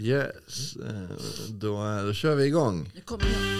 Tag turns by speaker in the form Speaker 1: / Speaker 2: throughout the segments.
Speaker 1: Yes, då kör vi igång.
Speaker 2: Nu kommer jag.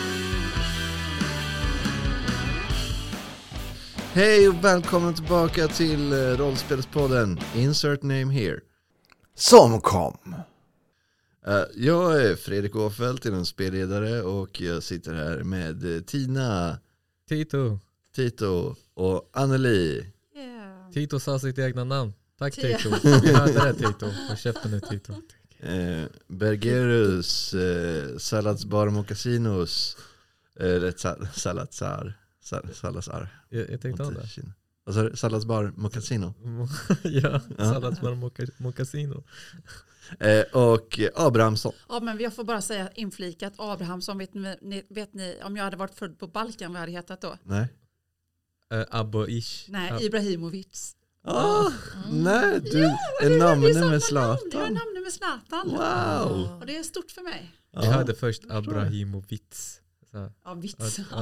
Speaker 1: Hej och välkomna tillbaka till Rollspelspodden Insert Name Here.
Speaker 3: Som kom.
Speaker 1: Jag är Fredrik Åfeldt, en spelledare, och jag sitter här med Tina, Tito och Anneli.
Speaker 2: Yeah.
Speaker 4: Tito sa sitt egna namn. Tack Tito. Vi hörde det Tito. Och käften nu Tito.
Speaker 1: Bergerus, Saladsbar Moccasinos, Salazar.
Speaker 4: Jag tänkte om det.
Speaker 1: Alltså Saladsbar Moccasino.
Speaker 4: Ja, Saladsbar Moccasino.
Speaker 1: Och Abrahamsson.
Speaker 2: Ja, men jag får bara säga inflikat Abrahamsson, vet ni om jag hade varit född på Balkan, vad hade jag hetat då?
Speaker 1: Nej.
Speaker 4: Abbo-ish.
Speaker 2: Nej, Ibrahimovic.
Speaker 1: Nej, du är namnet med Zlatan.
Speaker 2: Jag är namnet med Zlatan.
Speaker 1: Wow.
Speaker 2: Och det är stort för mig.
Speaker 4: Jag hörde först Abrahimovic.
Speaker 2: Ja, vits.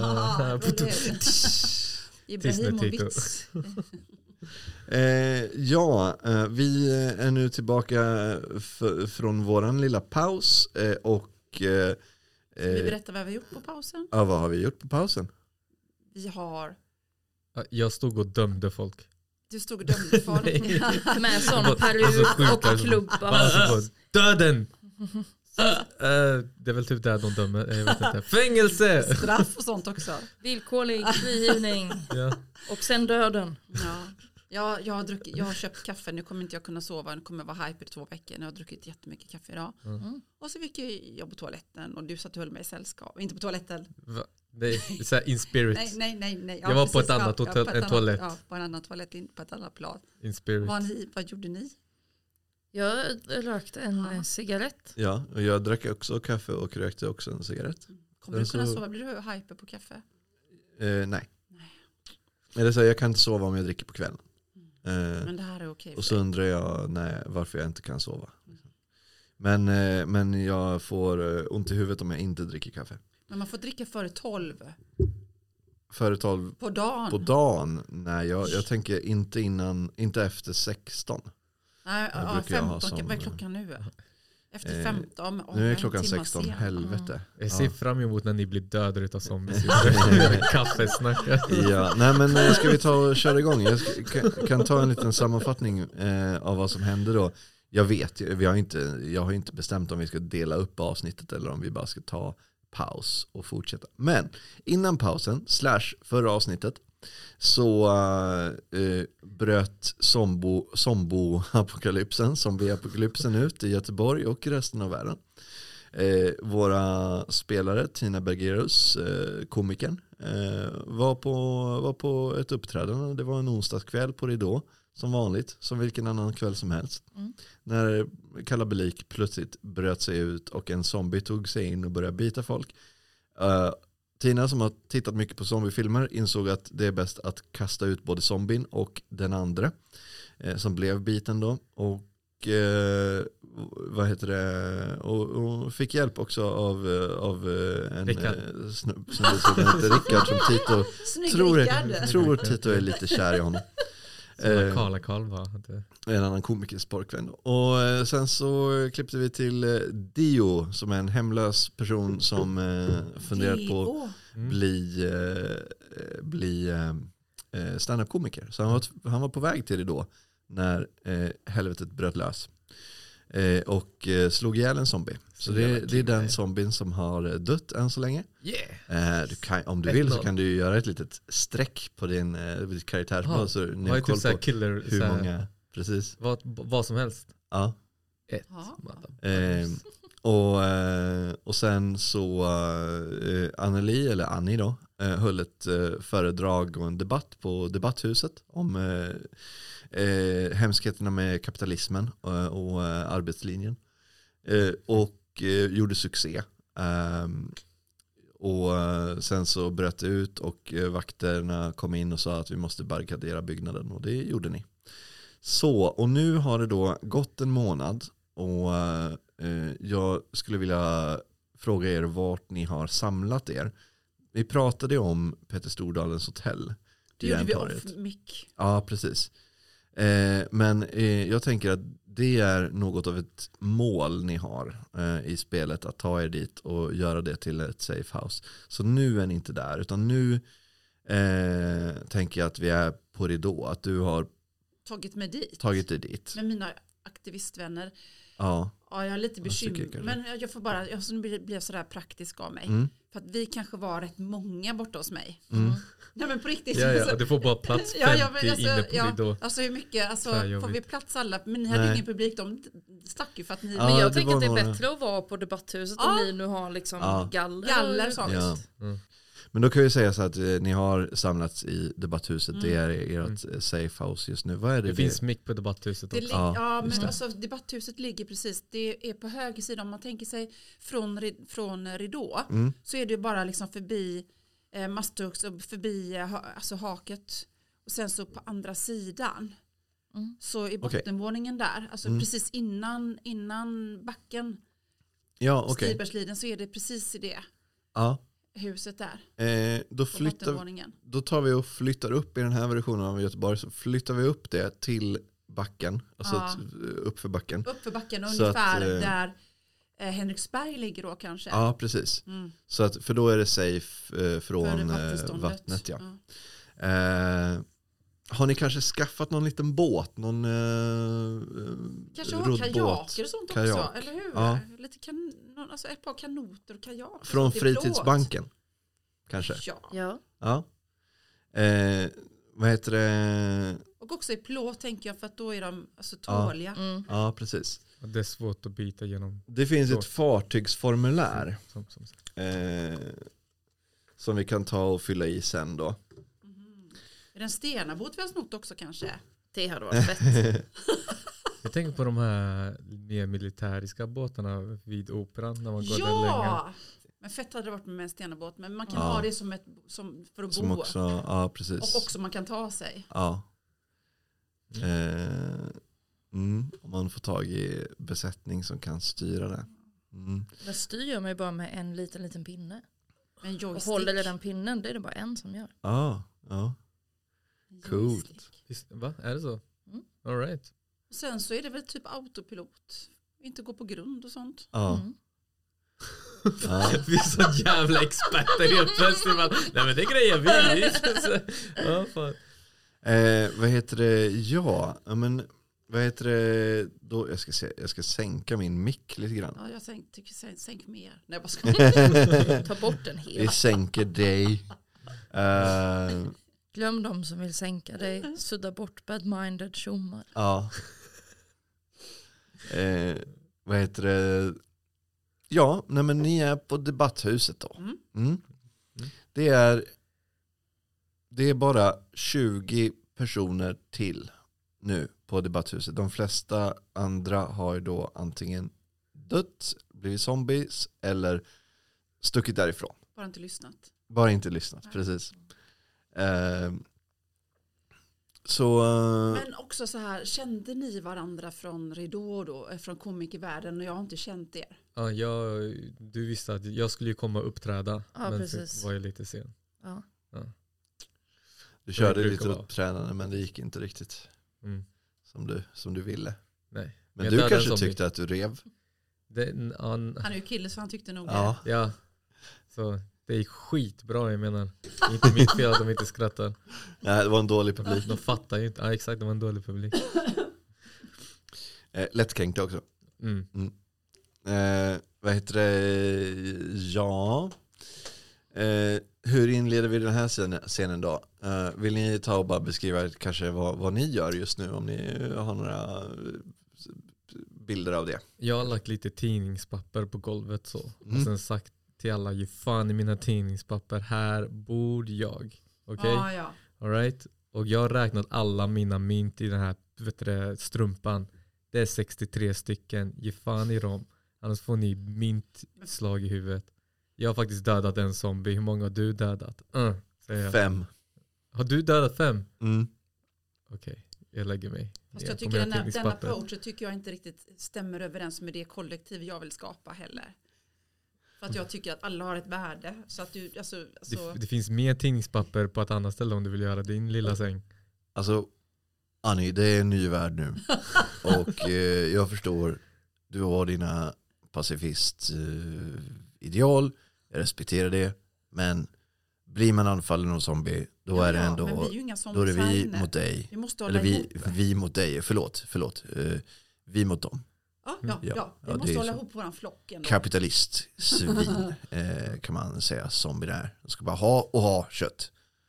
Speaker 2: Ibrahimovic.
Speaker 1: Vi är nu tillbaka från våran lilla paus och
Speaker 2: vi berättar vad vi har gjort på pausen.
Speaker 1: Ja, vad har vi gjort på pausen?
Speaker 2: Vi har...
Speaker 4: Jag stod och dömde folk.
Speaker 2: Du stod och dömde folk.
Speaker 5: Med sån peruk och klubba.
Speaker 4: Döden! Det är väl typ där de dömer. Jag vet inte. Fängelse!
Speaker 2: Straff och sånt också.
Speaker 5: Villkorlig frigivning.
Speaker 4: Ja.
Speaker 5: Och sen döden.
Speaker 2: Ja, jag har köpt kaffe. Nu kommer inte jag kunna sova. Nu kommer jag vara hyper i 2 veckor. Jag har druckit jättemycket kaffe idag. Och så fick jag jobba på toaletten. Och du satt och höll mig i sällskap. Inte på toaletten.
Speaker 4: Va? Det är så här in spirit.
Speaker 2: Nej.
Speaker 4: Jag var på ett annat hotell, en toalett.
Speaker 2: Ja, på en annan toalett, inte på ett annat plan.
Speaker 4: In spirit.
Speaker 2: Vad gjorde ni?
Speaker 5: Jag rökte en cigarett.
Speaker 1: Ja, och jag drack också kaffe och rökte också en cigarett.
Speaker 2: Kommer du kunna sova? Blir du hyper på kaffe?
Speaker 1: Nej. Eller så jag kan inte sova om jag dricker på kvällen.
Speaker 2: Men det här är okej.
Speaker 1: Och så undrar jag varför jag inte kan sova. Men jag får ont i huvudet om jag inte dricker kaffe.
Speaker 2: Men man får dricka före 12.
Speaker 1: Före 12
Speaker 2: på dagen?
Speaker 1: På dagen? Nej, jag tänker inte efter 16.
Speaker 2: Nej, 15. Vad är klockan nu? Efter 15.
Speaker 1: Nu är klockan 16, helvete.
Speaker 4: Jag ser fram emot när ni blir dödare utav zombies. Kaffesnackar.
Speaker 1: Ja, nej men ska vi ta och köra igång? Jag kan ta en liten sammanfattning av vad som hände då. Jag har inte bestämt om vi ska dela upp avsnittet eller om vi bara ska ta paus och fortsätta. Men innan pausen, förra avsnittet, så bröt zombie-apokalypsen ut i Göteborg och resten av världen. Våra spelare, Tina Bergerus, komikern, var på ett uppträdande. Det var en onsdagskväll på Ridå, som vanligt, som vilken annan kväll som helst. När kalabalik plötsligt bröt sig ut och en zombie tog sig in och började bita folk. Tina, som har tittat mycket på zombiefilmer, insåg att det är bäst att kasta ut både zombien och den andra som blev biten då. Och och fick hjälp också av en snubbe som heter Rickard, som Tito tror Tito är lite kär i honom.
Speaker 4: Karl var
Speaker 1: en annan komikers pojkvän. Och sen så klippte vi till Dio, som är en hemlös person som funderar på bli stand-up-komiker. Så han var på väg till det då när helvetet bröt lös. Och slog ihjäl en zombie. Så det är den zombien som har dött än så länge. Om du vill så kan du göra ett litet streck på din karaktärsmål, så ni har koll på
Speaker 4: killer,
Speaker 1: hur många. Precis.
Speaker 4: Vad som helst.
Speaker 1: Ja. Och sen så Anneli, eller Annie då, höll ett föredrag och en debatt på Debatthuset om hemskheterna med kapitalismen och arbetslinjen, och gjorde succé. Och sen så bröt det ut och vakterna kom in och sa att vi måste barrikadera byggnaden, och det gjorde ni. Så, och nu har det då gått en månad, och jag skulle vilja fråga er vart ni har samlat er. Vi pratade om Peter Stordalens hotell.
Speaker 2: Det gjorde vi off-mic.
Speaker 1: Ja, precis. Men jag tänker att det är något av ett mål ni har i spelet, att ta er dit och göra det till ett safe house. Så nu är ni inte där, utan nu tänker jag att vi är på ridå, att du har
Speaker 2: Tagit mig dit.
Speaker 1: tagit dig dit.
Speaker 2: Med mina aktivistvänner.
Speaker 1: Ja.
Speaker 2: Ja, jag är lite bekymrad.
Speaker 1: kanske.
Speaker 2: Men jag får bara, nu blir jag sådär praktisk av mig. För att vi kanske var rätt många borta hos mig. Ja, men på riktigt.
Speaker 4: Ja, det får bara plats 50 inne på ridå.
Speaker 2: Alltså hur mycket, alltså får vi plats alla? Men ni
Speaker 1: Nej.
Speaker 2: hade ingen publik, de stack ju för att ni...
Speaker 1: Ja,
Speaker 5: Men jag
Speaker 1: det
Speaker 5: tänker
Speaker 1: var
Speaker 5: att det är
Speaker 1: några-
Speaker 5: bättre att vara på debatthuset om ni nu har liksom galler
Speaker 2: och sånt.
Speaker 1: Ja. Men då kan vi säga så att ni har samlats i debatthuset. Det är ert safe house just nu. Vad är det?
Speaker 4: Det finns mick på debatthuset
Speaker 2: Det
Speaker 4: också.
Speaker 2: men alltså debatthuset ligger precis, det är på höger sida. Om man tänker sig från ridå så är det bara liksom förbi Mastux och förbi alltså haket. Och sen så på andra sidan så i bottenvåningen där, alltså precis innan backen, Stibersliden, så är det precis i det huset där.
Speaker 1: Då tar vi och flyttar upp i den här versionen av Göteborg, så flyttar vi upp det till backen, alltså upp för backen.
Speaker 2: Upp för backen,
Speaker 1: Så
Speaker 2: ungefär
Speaker 1: att,
Speaker 2: där Henriksberg ligger då kanske.
Speaker 1: Ja, precis. Så att, för då är det safe från vattnet. Ja. Har ni kanske skaffat någon liten båt? Någon
Speaker 2: kanske har
Speaker 1: roddbåt?
Speaker 2: Kajaker och sånt
Speaker 1: Kajak.
Speaker 2: också, eller hur?
Speaker 1: Ja.
Speaker 2: Lite alltså ett par kanoter och kajak.
Speaker 1: Från
Speaker 2: Det är
Speaker 1: fritidsbanken? Kanske?
Speaker 2: Ja.
Speaker 1: Ja. Vad heter det?
Speaker 2: Och också i plåt tänker jag, för att då är de alltså tåliga.
Speaker 1: Ja, precis.
Speaker 4: Det är svårt att bita genom.
Speaker 1: Det finns ett fartygsformulär som vi kan ta och fylla i sen då.
Speaker 2: Är det en stenabåt vi har snott också kanske?
Speaker 5: Det hade varit fett.
Speaker 4: Jag tänker på de här mer militäriska båtarna vid operan när man går där länge.
Speaker 2: Ja! Men fett hade det varit med en stenabåt. Men man kan ha det som för att
Speaker 1: som
Speaker 2: bo.
Speaker 1: också, ja, precis.
Speaker 2: Och också man kan ta sig.
Speaker 1: Ja. Om man får tag i besättning som kan styra det.
Speaker 5: Där styr man ju bara med en liten pinne.
Speaker 2: En
Speaker 5: Och
Speaker 2: joystick.
Speaker 5: håller i den pinnen, det är det bara en som gör.
Speaker 1: Ja. Coolt.
Speaker 2: Joystick.
Speaker 4: Va? Är det så? All right.
Speaker 2: Och sen så är det väl typ autopilot. Inte gå på grund och sånt.
Speaker 1: Ja.
Speaker 4: Vi är så jävla experter helt plötsligt. Nej men det grejer vi. Ja, fan.
Speaker 1: Vad heter det? Ja, men vad heter det då? Jag ska sänka min mick lite grann.
Speaker 2: Ja, jag tycker sänk mer. Nej, jag bara ska.
Speaker 5: Ta bort den
Speaker 1: Vi
Speaker 5: helt.
Speaker 1: sänker dig.
Speaker 5: Glöm dem som vill sänka dig. Sudda bort bad-minded tjommar.
Speaker 1: Ja. Vad heter det? Ja, nej men ni är på debatthuset då. Det är bara 20 personer till nu på debatthuset. De flesta andra har ju då antingen dött, blivit zombies eller stuckit därifrån.
Speaker 2: Bara inte lyssnat.
Speaker 1: Precis. Så,
Speaker 2: Men också så här, kände ni varandra från ridå då, från komikervärlden, och jag har inte känt er?
Speaker 4: Ja, du visste att jag skulle ju komma och uppträda.
Speaker 5: Ja,
Speaker 4: men
Speaker 5: precis.
Speaker 4: så var jag lite sen.
Speaker 5: Ja.
Speaker 1: du körde
Speaker 4: brukar
Speaker 1: lite
Speaker 4: vara.
Speaker 1: uppträdande, men det gick inte riktigt som du ville.
Speaker 4: Nej.
Speaker 1: Men
Speaker 4: jag
Speaker 1: du
Speaker 4: dödade
Speaker 1: kanske
Speaker 4: en zombie.
Speaker 1: tyckte att du rev?
Speaker 2: Han är ju kille så han tyckte nog
Speaker 1: Ja.
Speaker 2: det.
Speaker 4: Ja, så det är skitbra, jag menar. Inte mitt fel att de inte skrattar.
Speaker 1: Nej, det var en dålig publik.
Speaker 4: De fattar ju inte. Ja, exakt, det var en dålig publik.
Speaker 1: Lättkränkt också. Vad heter det? Ja. Hur inleder vi den här scenen då? Vill ni ta och bara beskriva kanske vad ni gör just nu, om ni har några bilder av det?
Speaker 4: Jag har lagt lite tidningspapper på golvet så. Och sen sagt till alla, ge fan i mina tidningspapper, här bor jag. Okej?
Speaker 2: Ja.
Speaker 4: All right? Och jag har räknat alla mina mynt i den här strumpan. Det är 63 stycken. Ge fan i dem. Annars får ni myntslag i huvudet. Jag har faktiskt dödat en zombie. Hur många har du dödat? Säger jag.
Speaker 1: 5.
Speaker 4: Har du dödat 5? Okej, jag lägger mig.
Speaker 2: Fast jag tycker den approachen tycker jag inte riktigt stämmer överens med det kollektiv jag vill skapa heller. För att jag tycker att alla har ett värde. Så att du,
Speaker 4: Det finns mer tidningspapper på ett annat ställe om du vill göra din lilla säng.
Speaker 1: Alltså, Annie, det är en ny värld nu. Och jag förstår, du har dina pacifist-ideal. Jag respekterar det. Men blir man anfallen av zombie, då är det ändå,
Speaker 2: men vi är ju inga
Speaker 1: då är det vi
Speaker 2: zombies
Speaker 1: mot dig.
Speaker 2: Vi måste hålla
Speaker 1: Eller
Speaker 2: ihop.
Speaker 1: vi mot dig, förlåt. Vi mot dem.
Speaker 2: Ja, vi
Speaker 1: Ja,
Speaker 2: måste
Speaker 1: det är
Speaker 2: hålla
Speaker 1: så.
Speaker 2: ihop våran flock ändå.
Speaker 1: Kapitalistsvin kan man säga, zombie där. De ska bara ha kött.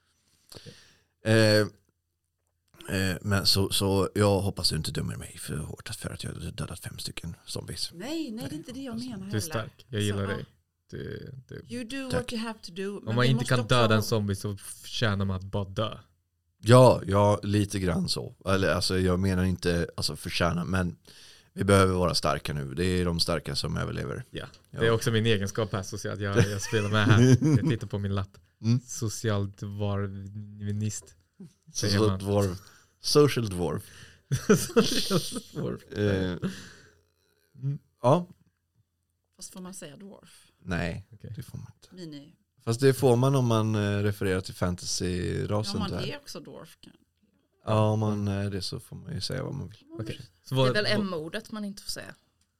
Speaker 1: Men så jag hoppas du inte dömer mig för hårt för att jag har dödat 5 stycken zombies.
Speaker 2: Nej, det är inte det jag menar heller.
Speaker 4: Du är stark, jag gillar
Speaker 2: Så,
Speaker 4: dig.
Speaker 2: You do
Speaker 1: Tack.
Speaker 2: what you have to do.
Speaker 4: Om man inte kan döda en zombie så tjänar man att bara dö.
Speaker 1: Ja, lite grann så. Eller, alltså, jag menar inte förtjäna, men vi behöver vara starka nu. Det är de starka som överlever.
Speaker 4: Ja. Det är också min egenskap här, så att jag spelar med här. Jag tittar på min lapp. Socialdvarvinist.
Speaker 1: Social dwarf. Social dwarf. Ja.
Speaker 2: Fast får man säga dwarf?
Speaker 1: Nej,
Speaker 4: Okej.
Speaker 1: det får man inte.
Speaker 2: Mini.
Speaker 1: Fast det får man om man refererar till fantasy-rasen.
Speaker 2: Ja, man
Speaker 1: där.
Speaker 2: är också dwarf.
Speaker 1: Ja, om man är det så får man ju säga vad man vill.
Speaker 4: Okej. Så
Speaker 5: Det
Speaker 4: vad,
Speaker 5: är väl M-ordet man inte får säga.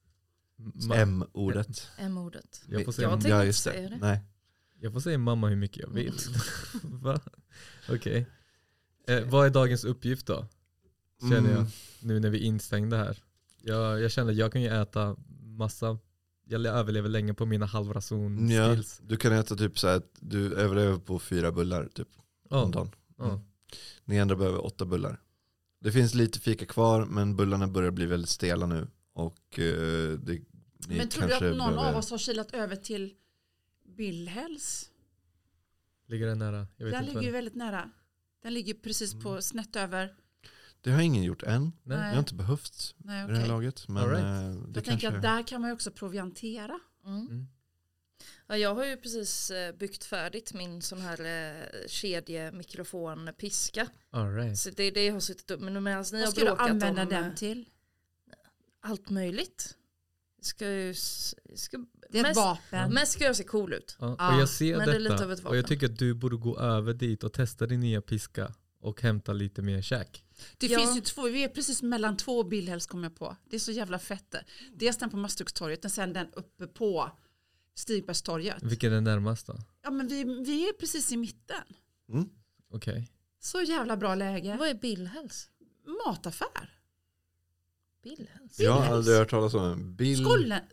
Speaker 1: M-ordet.
Speaker 5: M-ordet.
Speaker 4: Jag får säga,
Speaker 5: Jag tänkte inte säga det.
Speaker 1: Nej.
Speaker 4: jag får säga mamma hur mycket jag vill. Va? Okej. Vad är dagens uppgift då? Känner jag nu när vi är instängda här. Jag känner att jag kan ju äta massa. Jag överlever länge på mina halvration
Speaker 1: Ja,
Speaker 4: skills.
Speaker 1: du kan äta typ så här att du överlever på 4 bullar typ om dagen.
Speaker 4: Ja.
Speaker 1: Ni andra behöver 8 bullar. Det finns lite fika kvar, men bullarna börjar bli väldigt stela nu. Och ni
Speaker 2: Men tror du
Speaker 1: kanske
Speaker 2: att någon
Speaker 1: behöver...
Speaker 2: av oss har kilat över till Billhells?
Speaker 4: Ligger den nära? Jag vet
Speaker 2: Den
Speaker 4: inte
Speaker 2: ligger
Speaker 4: vad
Speaker 2: ju
Speaker 4: det-
Speaker 2: väldigt nära. Den ligger precis på snett över.
Speaker 1: Det har ingen gjort än.
Speaker 4: Nej.
Speaker 1: Det har inte behövts
Speaker 2: Nej,
Speaker 1: i det här
Speaker 2: okej.
Speaker 1: laget. Men
Speaker 4: All right.
Speaker 1: det
Speaker 2: Jag
Speaker 1: kanske...
Speaker 2: tänker att där kan man ju också proviantera.
Speaker 4: Mm.
Speaker 5: Ja, jag har ju precis byggt färdigt min sån här kedjemikrofonpiska.
Speaker 4: All right.
Speaker 5: Så det är det jag har suttit upp med. Men medan ni
Speaker 2: Vad
Speaker 5: har
Speaker 2: ska du
Speaker 5: bråkat
Speaker 2: använda
Speaker 5: om
Speaker 2: den till?
Speaker 5: allt möjligt. Ska ju
Speaker 2: Det är ett vapen.
Speaker 5: mest ska jag se cool ut.
Speaker 4: Ja,
Speaker 2: Ja,
Speaker 4: och jag ser
Speaker 5: men det är lite
Speaker 4: detta
Speaker 5: av ett
Speaker 4: och jag
Speaker 5: vapen.
Speaker 4: tycker att du borde gå över dit och testa din nya piska och hämta lite mer käk.
Speaker 2: Det
Speaker 5: Ja.
Speaker 2: finns ju 2, vi är precis mellan 2 Billhells kommer jag på. Det är så jävla fett. Dels den på Mastukstorget och sen den uppe på Stigbergstorget.
Speaker 4: Vilken är närmast då?
Speaker 2: Ja, men vi är precis i mitten.
Speaker 4: Okej.
Speaker 2: Så jävla bra läge.
Speaker 5: Vad är Billhells?
Speaker 2: Mataffär.
Speaker 5: Billhells?
Speaker 1: Jag har aldrig hört talas om en bild.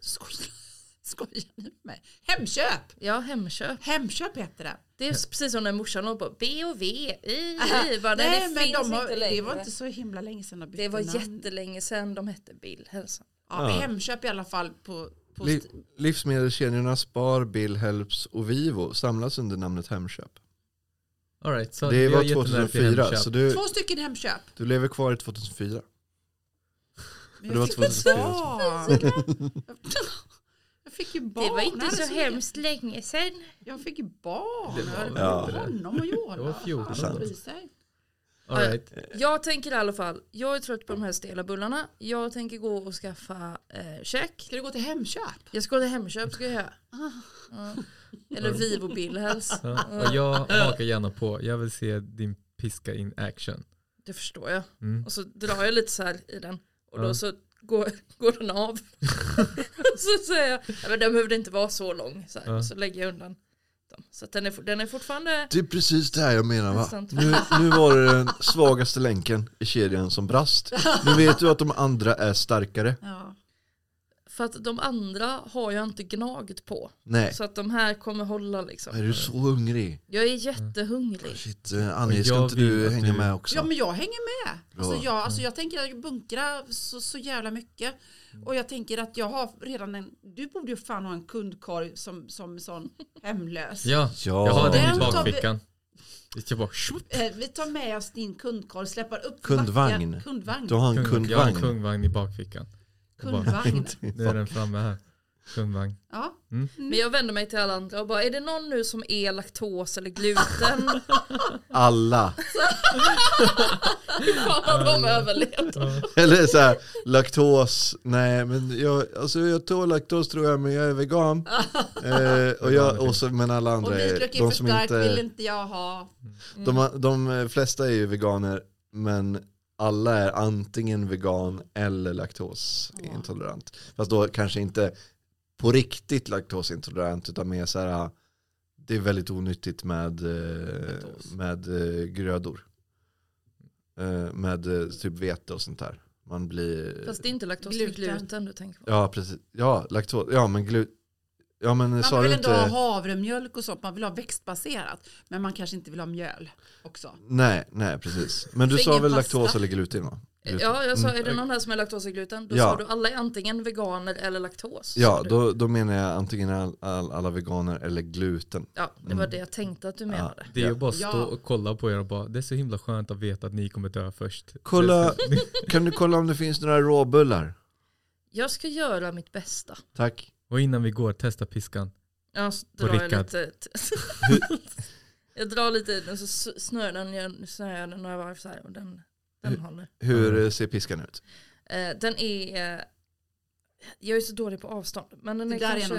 Speaker 2: Skojar ni med mig? Hemköp.
Speaker 5: Ja, Hemköp.
Speaker 2: Hemköp heter det.
Speaker 5: Det är precis som när morsan håller på B och V I. Bara,
Speaker 2: Nej,
Speaker 5: det
Speaker 2: men
Speaker 5: finns inte
Speaker 2: det
Speaker 5: längre.
Speaker 2: var inte så himla länge sedan de bytte
Speaker 5: Det var
Speaker 2: namn.
Speaker 5: jättelänge sedan de hette Billhells.
Speaker 2: Ja,
Speaker 1: Ja.
Speaker 2: Hemköp i alla fall på
Speaker 1: Livsmedelskedjorna Spar, Billhelps och Vivo samlas under namnet Hemköp.
Speaker 4: All right, så
Speaker 1: Det
Speaker 4: vi har
Speaker 1: var
Speaker 4: jättenära till
Speaker 1: 2004,
Speaker 4: Hemköp.
Speaker 1: så du
Speaker 2: 2 stycken Hemköp.
Speaker 1: lever kvar i 2004.
Speaker 2: Men
Speaker 1: Det var
Speaker 2: jag fick
Speaker 1: 2004.
Speaker 2: barn. Jag fick ju barn.
Speaker 5: Det var inte
Speaker 2: Nej,
Speaker 5: så hemskt länge sedan.
Speaker 2: Jag fick ju barn.
Speaker 4: Det var
Speaker 2: Jag
Speaker 1: väl
Speaker 2: höll på honom och Jola.
Speaker 4: Det var 14.
Speaker 2: Han bryr sig.
Speaker 4: All right.
Speaker 5: Jag tänker i alla fall, jag är trött på de här stela bullarna. Jag tänker gå och skaffa käk.
Speaker 2: Ska du gå till Hemköp?
Speaker 5: Jag ska gå till Hemköp, ska jag göra. Ja. Eller Vivo Billhells.
Speaker 4: Ja, och jag hakar gärna på. Jag vill se din piska in action.
Speaker 5: Det förstår jag.
Speaker 4: Mm.
Speaker 5: Och så drar jag lite så här i den. Och
Speaker 4: Ja.
Speaker 5: då så går den av. Och så säger jag, ja, men den behövde inte vara så lång. Så, här.
Speaker 4: Ja.
Speaker 5: Och så lägger jag undan dem. Så att den är fortfarande...
Speaker 1: Det är precis det här jag menar, va?
Speaker 5: Nästan.
Speaker 1: Nu var det den svagaste länken i kedjan som brast. Nu vet du att de andra är starkare.
Speaker 2: Ja.
Speaker 5: För att de andra har jag inte gnagt på.
Speaker 1: Nej,
Speaker 5: Så att de här kommer hålla liksom.
Speaker 1: är du så hungrig?
Speaker 5: Jag är jättehungrig.
Speaker 1: Shit, Annie, ska
Speaker 4: jag
Speaker 1: inte
Speaker 4: vill
Speaker 1: du
Speaker 4: att
Speaker 1: hänga
Speaker 4: du-
Speaker 1: med också?
Speaker 2: Ja, men jag hänger med.
Speaker 1: Bra.
Speaker 2: Jag tänker bunkra så jävla mycket. Och jag tänker att jag har redan du borde ju fan ha en kundkorg som sån hemlös.
Speaker 4: Ja,
Speaker 1: Ja.
Speaker 4: jag har den
Speaker 2: Den
Speaker 4: i
Speaker 2: tar vi-
Speaker 4: bakfickan. Vi ska bara...
Speaker 2: Vi tar med oss din kundkorg, släpper upp
Speaker 1: Kundvagn.
Speaker 2: backen. Kundvagn.
Speaker 1: Du har en
Speaker 4: Jag har en
Speaker 1: kundvagn.
Speaker 4: kungvagn i bakfickan.
Speaker 2: Kundvagn.
Speaker 4: Nu är den framme här. Kungvagn.
Speaker 2: Ja.
Speaker 5: Men jag vänder mig till alla andra och bara, är det någon nu som är laktos eller gluten?
Speaker 1: Alla.
Speaker 5: Hur fan har de överlevt?
Speaker 1: Eller så här, laktos. Nej, men jag tål laktos tror jag, men jag är vegan. Men alla
Speaker 2: Och
Speaker 1: andra är
Speaker 2: vitlök är
Speaker 1: de
Speaker 2: för
Speaker 1: som
Speaker 2: starkt, vill
Speaker 1: inte...
Speaker 2: inte jag ha.
Speaker 1: De flesta är ju veganer, men alla är antingen vegan eller laktosintolerant. Fast då kanske inte på riktigt laktosintolerant utan mer så här, det är väldigt onyttigt med grödor. Med typ vete och sånt där. Man blir...
Speaker 5: Fast det är inte laktos, det är gluten du tänker på.
Speaker 1: Ja, precis. Ja, laktos. Ja, men gluten. Ja, men
Speaker 2: man vill ändå ha havremjölk och sånt. Man vill ha växtbaserat. Men man kanske inte vill ha mjöl också.
Speaker 1: Nej, precis. Men du sa väl laktos eller gluten, va?
Speaker 5: Ja, jag sa, är det någon här som är laktos och gluten? Då sa du alla är antingen veganer eller laktos.
Speaker 1: Ja, då menar jag antingen alla veganer eller gluten.
Speaker 5: Ja, det var det jag tänkte att du menade.
Speaker 4: Det är ju bara att stå och kolla på er och bara, det är så himla skönt att veta att ni kommer dö först.
Speaker 1: Kan du kolla om det finns några råbullar?
Speaker 5: Jag ska göra mitt bästa.
Speaker 1: Tack.
Speaker 4: Och innan vi går, testa piskan.
Speaker 5: Jag drar lite. Jag drar lite i den så snör den några varv så här och den håller.
Speaker 1: Hur ser piskan ut?
Speaker 5: Den är jag är så dålig på avstånd, men den är kanske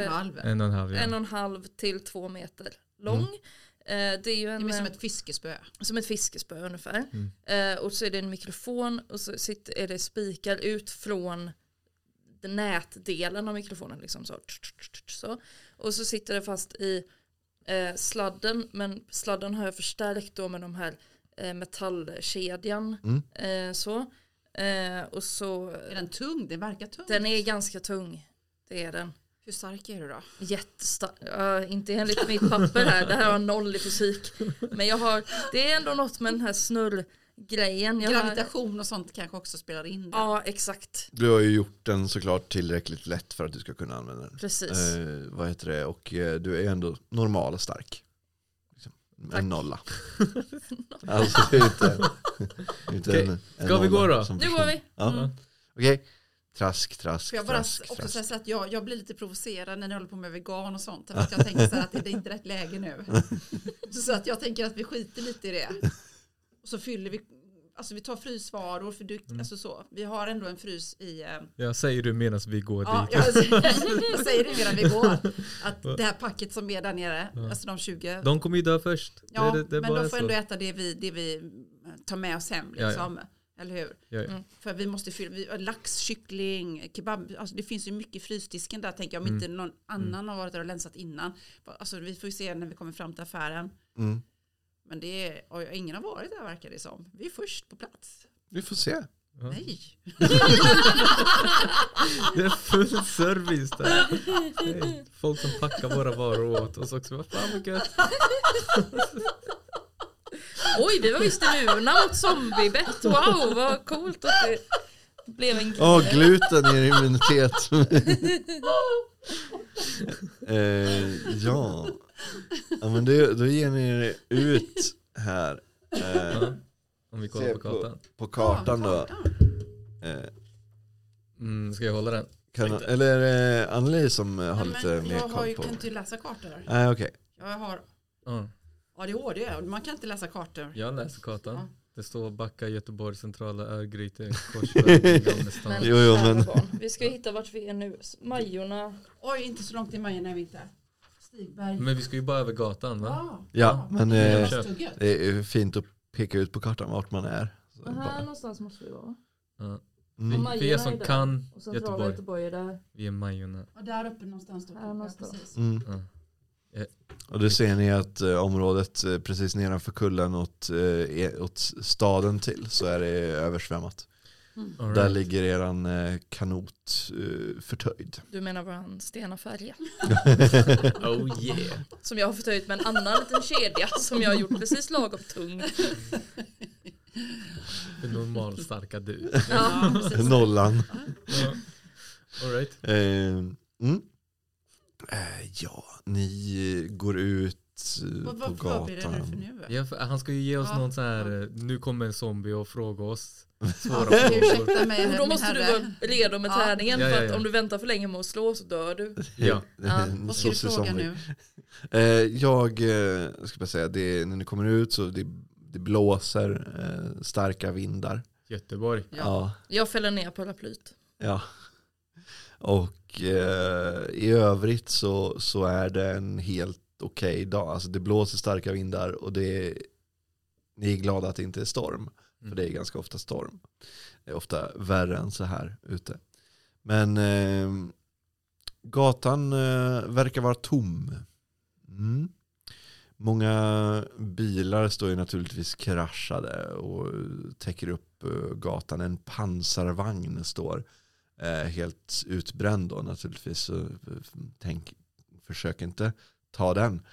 Speaker 5: 1,5 till 2 meter lång. Det är ju det
Speaker 2: är som ett fiskespö.
Speaker 5: Som ett fiskespö ungefär. Och så är det en mikrofon och så är det spikar ut från den nätdelen av mikrofonen liksom så. Och så sitter det fast i sladden, men sladden har jag förstärkt då med de här metallkedjan så. Och så
Speaker 2: är den tung? Den verkar tung.
Speaker 5: Den är ganska tung. Det är den.
Speaker 2: Hur stark är du då?
Speaker 5: Jättestark. Inte enligt mitt papper här. Det här har 0 i fysik. Men det är ändå något med den här snurrgrejen.
Speaker 2: Gravitation och sånt kanske också spelar in där.
Speaker 5: Ja, exakt.
Speaker 1: Du har ju gjort den såklart tillräckligt lätt för att du ska kunna använda den.
Speaker 5: Precis.
Speaker 1: Vad heter det? Och du är ändå normal och stark. En 0. Alltså det är inte
Speaker 4: Ska vi gå då?
Speaker 5: Nu går vi.
Speaker 1: Ja. Okej. Trask.
Speaker 2: Får jag bara också säga så att jag blir lite provocerad när ni håller på med vegan och sånt. För att jag tänker så här att det är inte rätt läge nu. Så att jag tänker att vi skiter lite i det. Och så fyller vi, alltså vi tar frysvaror för alltså så. Vi har ändå en frys i...
Speaker 4: Jag säger du medan vi går dit.
Speaker 2: Jag säger det medan vi går. Att det här packet som är där nere, alltså de 20...
Speaker 4: De kommer ju dö först.
Speaker 2: Ja, men de får ändå äta det vi tar med oss hem liksom. Ja. Eller hur?
Speaker 4: Ja.
Speaker 2: För vi måste fylla lax, kyckling, kebab. Alltså det finns ju mycket i frysdisken där, tänker jag. Om inte någon annan har varit där och länsat innan. Alltså vi får ju se när vi kommer fram till affären. Men det är ingen har varit där, verkar det som. Vi är först på plats.
Speaker 1: Vi får se.
Speaker 4: Ja.
Speaker 2: Nej.
Speaker 4: Det är full service där. Nej. Folk som packar våra varor åt oss också. Vad fan vad gött.
Speaker 5: Oj, vi var visst imuna mot zombiebett. Wow, vad coolt att det blev en grej.
Speaker 1: Gluten ger immunitet. Ja, men då ger ni er ut här.
Speaker 4: Om vi kollar på kartan.
Speaker 1: På kartan då.
Speaker 4: Ska jag hålla den?
Speaker 1: Eller är det Anneli som har lite mer koll på?
Speaker 2: Jag kan inte läsa kartor.
Speaker 1: Nej, okej.
Speaker 2: Jag har ADHD, man kan inte läsa kartor.
Speaker 4: Jag läser kartan. Ja. Det står Backa, Göteborg, Centrala, Örgryte, Korsberg, Gamlestan.
Speaker 1: Men
Speaker 5: vi ska hitta vart vi är nu. Majorna.
Speaker 2: Oj, inte så långt till Majorna är vi inte. Stigberg.
Speaker 4: Men vi ska ju bara över gatan, va?
Speaker 1: Ja, men det är fint att peka ut på kartan vart man är.
Speaker 5: Så här någonstans måste vi vara.
Speaker 4: Ja. För er som kan
Speaker 5: Göteborg är där.
Speaker 4: Vi är Majorna.
Speaker 2: Och där uppe någonstans då. Precis.
Speaker 1: Och då ser ni att området precis nedanför kullen åt staden till så är det översvämmat. Right. Där ligger eran kanot förtöjd.
Speaker 5: Du menar våran stenaffärja?
Speaker 4: Oh yeah.
Speaker 5: Som jag har förtöjt med en annan liten kedja som jag har gjort precis lagom tung.
Speaker 4: En normal starka du.
Speaker 5: Ja,
Speaker 1: Nollan.
Speaker 4: All right.
Speaker 1: Ja, ni går ut på gatan.
Speaker 2: Vad blir det för nu?
Speaker 4: Ja, han ska ju ge oss någon så här, nu kommer en zombie och fråga oss svåra frågor.
Speaker 5: Då måste du vara redo med träningen för att om du väntar för länge med att slå så dör du.
Speaker 4: Ja.
Speaker 2: Vad ska du fråga nu?
Speaker 1: Jag ska bara säga, när ni kommer ut så det blåser starka vindar.
Speaker 4: Göteborg.
Speaker 1: Ja.
Speaker 5: Jag fäller ner paraplyt.
Speaker 1: Ja. Och i övrigt så är det en helt okej dag. Alltså det blåser starka vindar och ni är glada att det inte är storm. För det är ganska ofta storm. Det är ofta värre än så här ute. Men gatan verkar vara tom. Många bilar står ju naturligtvis kraschade och täcker upp gatan. En pansarvagn står helt utbränd då naturligtvis. Så försök inte ta den.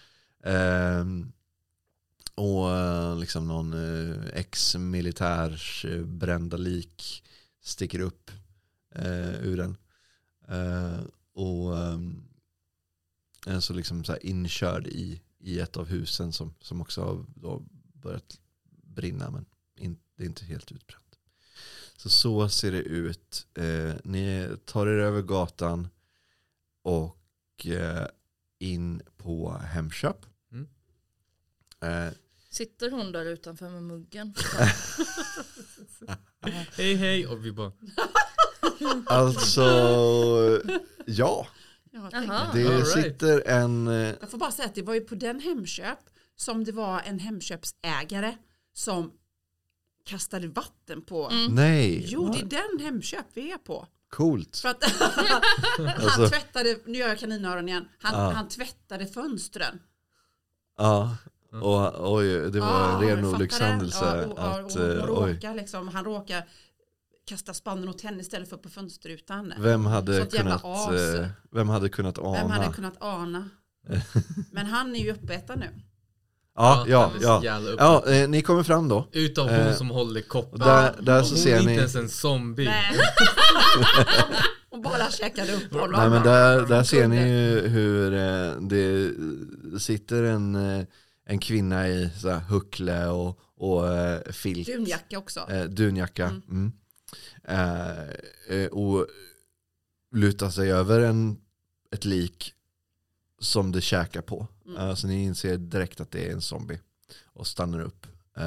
Speaker 1: Och liksom någon ex-militärs brända lik sticker upp ur den. Och är så liksom så här inkörd i ett av husen som också har då börjat brinna, men det är inte helt utbränt. Så ser det ut. Ni tar er över gatan och in på Hemköp.
Speaker 5: Sitter hon där utanför med muggen?
Speaker 4: Hej och vi bara
Speaker 1: Alltså ja, det sitter en...
Speaker 2: Jag får bara säga att det var ju på den Hemköp som det var en Hemköpsägare som kastade vatten på.
Speaker 1: Nej.
Speaker 2: Jo, det är den Hemköp vi är på.
Speaker 1: Coolt.
Speaker 2: För att han tvättade, nu gör jag kaninöron igen, han tvättade fönstren.
Speaker 1: Ja. Och oj, det var en ren olyckshändelse.
Speaker 2: Han råkar kasta spannen åt henne istället för på fönsterrutan.
Speaker 1: Vem hade kunnat ana?
Speaker 2: Men han är ju uppätad nu.
Speaker 1: Ja, ni kommer fram då.
Speaker 4: Utav hon som håller koppen.
Speaker 1: Där så ser ni.
Speaker 4: Inte ens en zombie.
Speaker 2: Och bara käkade upp honom.
Speaker 1: Nej, men där ser ni ju hur det sitter en kvinna i så här huckle och filt.
Speaker 2: Dunjacka också.
Speaker 1: Dunjacka. Och lutar sig över ett lik som det käkar på. Så ni inser direkt att det är en zombie. Och stannar upp.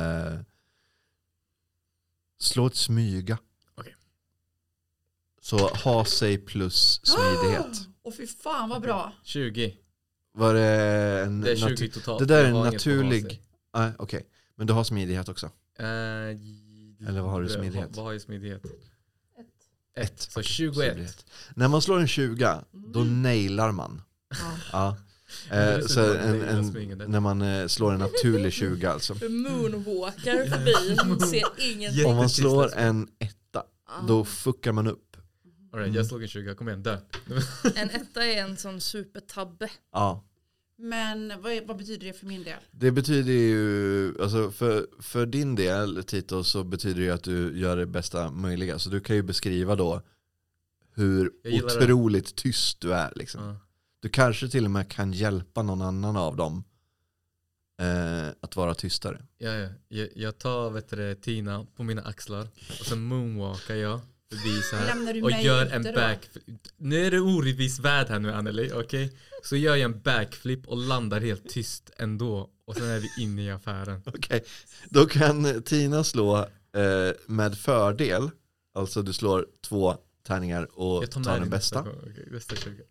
Speaker 1: Slå ett smyga.
Speaker 4: Okay.
Speaker 1: Så ha sig plus smidighet.
Speaker 2: Och fy fan vad bra.
Speaker 4: 20.
Speaker 1: Var det en...
Speaker 4: Det är 20 totalt.
Speaker 1: Det där är en naturlig... Okej. Men du har smidighet också? Eller vad har du smidighet?
Speaker 4: Vad har jag smidighet?
Speaker 2: 1.
Speaker 4: Så 21.
Speaker 1: När man slår en 20, då nailar man. Ja. Så när man slår en naturlig 20 alltså.
Speaker 5: Moonwalkar förbi, hon ser ingenting.
Speaker 1: Om man slår en 1, då fuckar man upp.
Speaker 4: All right, jag slog en 20, kom igen, dö.
Speaker 5: En 1 är en sån supertabbe.
Speaker 1: Ja.
Speaker 2: Men vad betyder det för min del?
Speaker 1: Det betyder ju, alltså för din del, Tito, så betyder det ju att du gör det bästa möjliga. Så du kan ju beskriva då hur otroligt tyst du är liksom. Du kanske till och med kan hjälpa någon annan av dem att vara tystare.
Speaker 4: Ja. Jag tar Tina på mina axlar och så moonwalkar jag förbi så här och gör en backflip. Nu är det orättvis värld här nu, Anneli, okej? Så gör jag en backflip och landar helt tyst ändå. Och sen är vi inne i affären.
Speaker 1: Okej. Då kan Tina slå med fördel. Alltså du slår 2 tärningar och tar den bästa.
Speaker 4: Okej, bästa 20.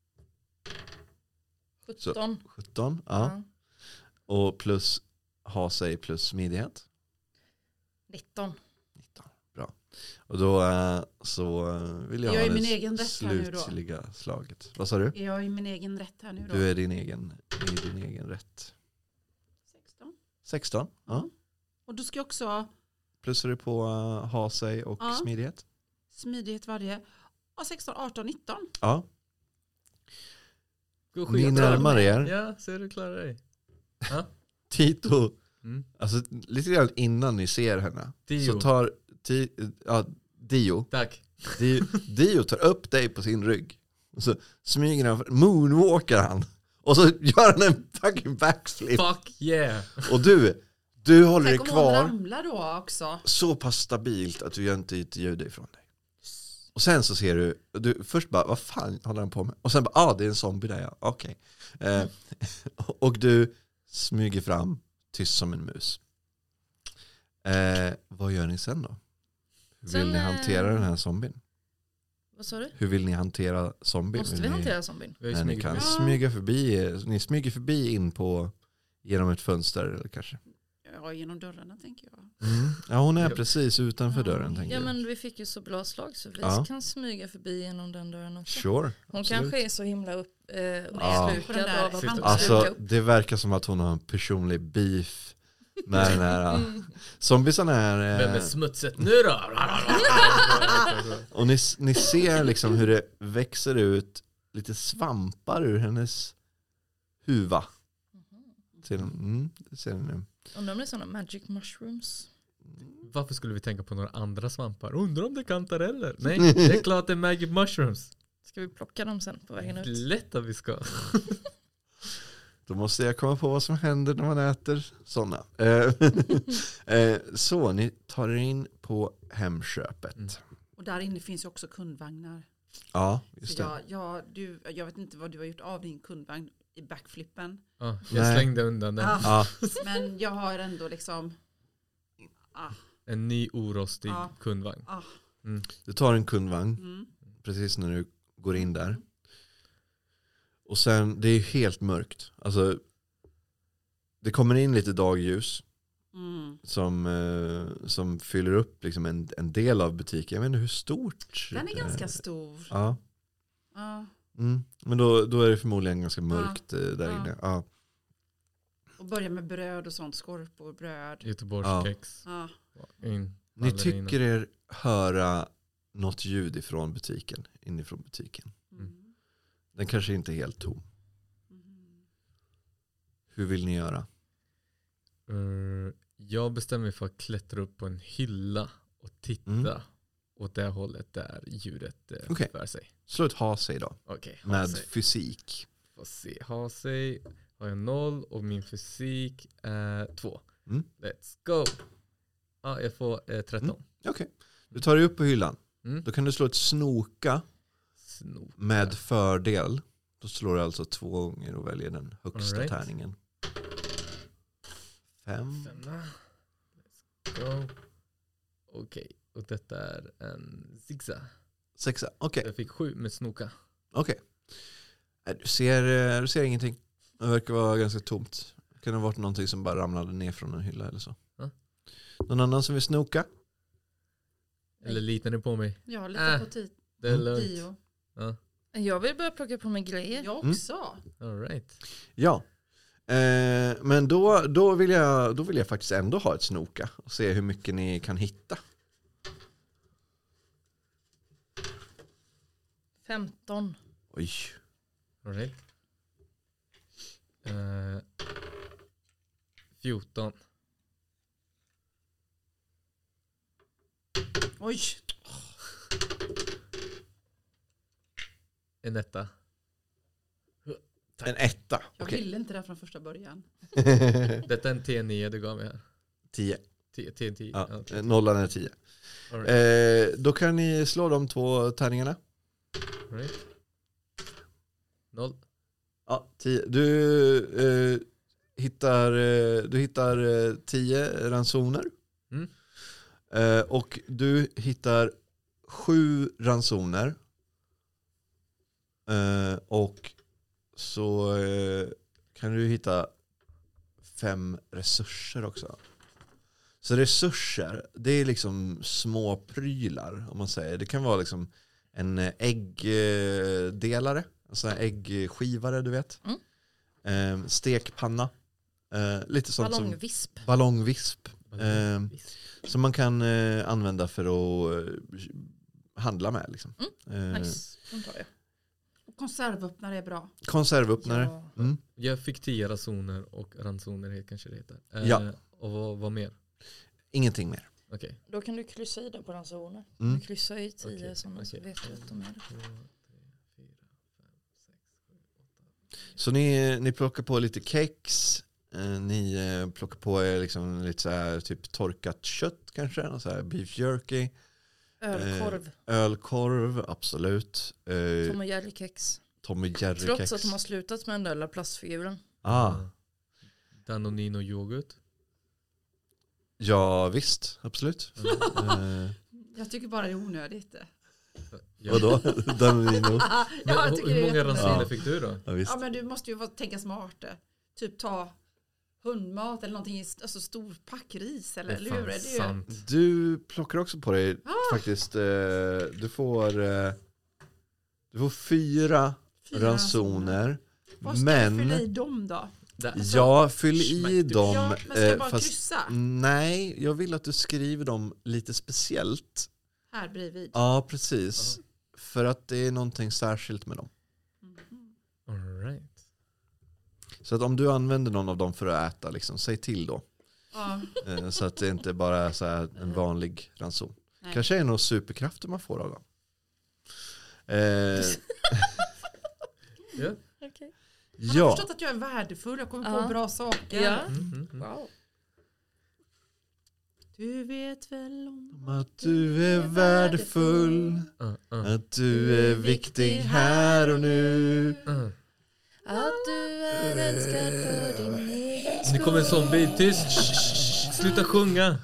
Speaker 5: 17,
Speaker 1: ja. Och plus ha sig plus smidighet.
Speaker 5: 19.
Speaker 1: Bra. Och då så vill jag
Speaker 2: är
Speaker 1: ha
Speaker 2: min egen
Speaker 1: det
Speaker 2: rätt här nu då.
Speaker 1: slutliga slaget. Vad sa du?
Speaker 2: Jag är i min egen rätt här nu då.
Speaker 1: Du är i din egen rätt. 16, ja.
Speaker 2: Och då ska jag också...
Speaker 1: Plussar du på ha sig och smidighet?
Speaker 2: Smidighet varje. Och 16, 18, 19.
Speaker 1: Ja. Ni närmar er.
Speaker 4: Ja, så du klarar dig. Ja.
Speaker 1: Tito, alltså lite grann innan ni ser henne.
Speaker 4: Dio.
Speaker 1: Så tar Dio.
Speaker 4: Tack.
Speaker 1: Dio tar upp dig på sin rygg. Och så smyger han, moonwalkar han. Och så gör han en fucking backflip.
Speaker 4: Fuck yeah.
Speaker 1: Och du håller dig kvar.
Speaker 2: Tänk om hon ramlar då också.
Speaker 1: Så pass stabilt att du gör inte ljud ifrån dig. Och sen så ser du först bara, vad fan håller han på med? Och sen bara, det är en zombie där, ja. Okej. Och du smyger fram tyst som en mus. Vad gör ni sen då? Hur vill ni hantera den här zombien?
Speaker 5: Vad sa du?
Speaker 1: Hur vill ni hantera zombien?
Speaker 5: Måste vi hantera zombien?
Speaker 1: Ni kan smyga förbi. Ni smyger förbi in på genom ett fönster eller kanske.
Speaker 2: Ja, genom dörrarna tänker jag.
Speaker 1: Ja, hon är precis utanför dörren tänker
Speaker 5: Ja,
Speaker 1: jag.
Speaker 5: men vi fick ju så bra slag så vi kan smyga förbi genom den dörren också.
Speaker 1: Sure.
Speaker 5: Hon
Speaker 1: absolut.
Speaker 5: kanske är så himla
Speaker 1: Ja.
Speaker 5: uppslukad av att sluka
Speaker 1: Alltså
Speaker 5: upp.
Speaker 1: det verkar som att hon har en personlig beef med den här zombiesarna här.
Speaker 4: Vem är smutset nu då?
Speaker 1: Och ni ser liksom hur det växer ut lite svampar ur hennes huva. Det ser ni nu.
Speaker 5: Undrar om det är sådana magic mushrooms.
Speaker 4: Varför skulle vi tänka på några andra svampar? Undrar om det är kantareller? Nej, det är klart det är magic mushrooms.
Speaker 5: Ska vi plocka dem sen på vägen ut?
Speaker 4: Lätt att vi ska.
Speaker 1: Då måste jag komma på vad som händer när man äter sådana. Så ni tar er in på Hemköpet.
Speaker 2: Och där inne finns ju också kundvagnar.
Speaker 1: Ja, just
Speaker 2: Så
Speaker 1: det.
Speaker 2: jag vet inte vad du har gjort av din kundvagn i backflippen.
Speaker 4: Ja, jag
Speaker 1: Nej.
Speaker 4: slängde undan den.
Speaker 1: Ja,
Speaker 2: Men jag har ändå liksom...
Speaker 4: En ny orostig kundvagn.
Speaker 1: du tar en kundvagn precis när du går in där. Och sen, det är helt mörkt. Alltså, det kommer in lite dagljus som fyller upp liksom en del av butiken. Jag vet inte hur stort.
Speaker 2: Den är ganska stor.
Speaker 1: Ja.
Speaker 2: Ja.
Speaker 1: Men då är det förmodligen ganska mörkt där inne. Ja.
Speaker 2: Och börja med bröd och sånt. Skorpor, bröd.
Speaker 4: Göteborgskex.
Speaker 2: Ja.
Speaker 1: Ni tycker er höra något ljud ifrån butiken, inifrån butiken. Den kanske inte är helt tom. Hur vill ni göra?
Speaker 4: Jag bestämmer mig för att klättra upp på en hylla och titta åt det hållet där ljudet för sig.
Speaker 1: Slå ett ha sig då.
Speaker 4: Okej,
Speaker 1: med
Speaker 4: sig.
Speaker 1: fysik.
Speaker 4: Får se, ha sig. Har jag 0 och min fysik är 2. Let's go. Ja, jag får 13.
Speaker 1: Okej. Du tar dig upp på hyllan. Då kan du slå ett snoka med fördel. Då slår du alltså 2 gånger och väljer den högsta tärningen. 5.
Speaker 4: Let's go. Okej, och detta är en 6.
Speaker 1: Okej.
Speaker 4: Jag fick 7 med snoka.
Speaker 1: Okej. Du ser ingenting. Det verkar vara ganska tomt. Det kan ha varit någonting som bara ramlade ner från en hylla eller så. Någon annan som vill snoka?
Speaker 4: Eller litar ni på mig?
Speaker 2: Ja, lite på
Speaker 4: Det är lugnt. Ja.
Speaker 5: Jag vill börja plocka på mig grejer.
Speaker 2: Jag också.
Speaker 4: All right.
Speaker 1: Ja. Men då vill jag faktiskt ändå ha ett snoka och se hur mycket ni kan hitta.
Speaker 5: 15.
Speaker 1: Oj.
Speaker 4: All right. 14.
Speaker 2: Oj.
Speaker 4: En etta.
Speaker 1: En etta.
Speaker 2: Jag
Speaker 1: Okej.
Speaker 2: ville inte det från första början.
Speaker 4: Detta är en T9 du gav mig här.
Speaker 1: 10.
Speaker 4: T10.
Speaker 1: Ja,
Speaker 4: Okay.
Speaker 1: nollan är 10.
Speaker 4: All right.
Speaker 1: Då kan ni slå de 2 tärningarna.
Speaker 4: All right. 0.
Speaker 1: Ja, 10. Du hittar 10 ransoner. Och du hittar 7 ransoner. Och så kan du hitta 5 resurser också. Så resurser, det är liksom små prylar om man säger. Det kan vara liksom en äggdelare, alltså en äggskivare du vet. Stekpanna. Lite sånt
Speaker 5: Ballongvisp.
Speaker 1: som ballongvisp. Som man kan använda för att handla med liksom.
Speaker 5: Nice, de tar jag.
Speaker 2: Och konservöppnare är bra.
Speaker 1: Konservöppnare.
Speaker 5: Ja.
Speaker 4: Jag fick 10 ransoner och ransoner kanske det heter.
Speaker 1: Ja.
Speaker 4: Och vad mer?
Speaker 1: Ingenting mer.
Speaker 4: Okej.
Speaker 5: Då kan du kryssa i det på ransoner. Du kryssar i 10 sådana så vet du att de är det.
Speaker 1: Så ni plockar på lite kex. Ni plockar på liksom lite så här typ torkat kött kanske. Så här beef jerky.
Speaker 5: Ölkorv.
Speaker 1: Ölkorv, absolut.
Speaker 5: Tom och Jerry-kex.
Speaker 1: Tom och Jerry-kex.
Speaker 5: Trots att de har slutat med den där lilla plastfiguren.
Speaker 4: Danonino yoghurt.
Speaker 1: Ja, visst. Absolut.
Speaker 2: Jag tycker bara det är onödigt.
Speaker 1: Vadå? Danonino?
Speaker 4: Men hur många ransoner fick du då?
Speaker 1: Ja, visst.
Speaker 2: Ja, men du måste ju tänka smart. Typ ta hundmat eller någonting, alltså stor packris eller
Speaker 4: Det är
Speaker 2: hur?
Speaker 4: fan
Speaker 2: Det är
Speaker 4: sant.
Speaker 1: Du plockar också på dig faktiskt. Du får 4 ransoner.
Speaker 2: Vad ska
Speaker 1: Men
Speaker 2: du fylla i dem då?
Speaker 1: ja, fyll i dem.
Speaker 2: Ja, men ska jag bara kryssa?
Speaker 1: Nej, jag vill att du skriver dem lite speciellt.
Speaker 2: Här bredvid.
Speaker 1: Ja, precis. För att det är någonting särskilt med dem.
Speaker 4: All right.
Speaker 1: Så att om du använder någon av dem för att äta, liksom, säg till då.
Speaker 2: Ja.
Speaker 1: Så att det inte bara är så här en vanlig ranson.
Speaker 2: Nej.
Speaker 1: Kanske är det några superkrafter man får av dem.
Speaker 4: Ja.
Speaker 5: Okej.
Speaker 2: Jag har
Speaker 1: Ja,
Speaker 2: förstått att jag är värdefull, jag kommer på bra saker.
Speaker 5: Ja.
Speaker 4: Wow.
Speaker 2: Du vet väl om
Speaker 1: att du är värdefull, att du är viktig här och nu.
Speaker 5: Att du är älskad för din egen skull.
Speaker 4: Nu kommer en zombie, tyst. Sluta sjunga.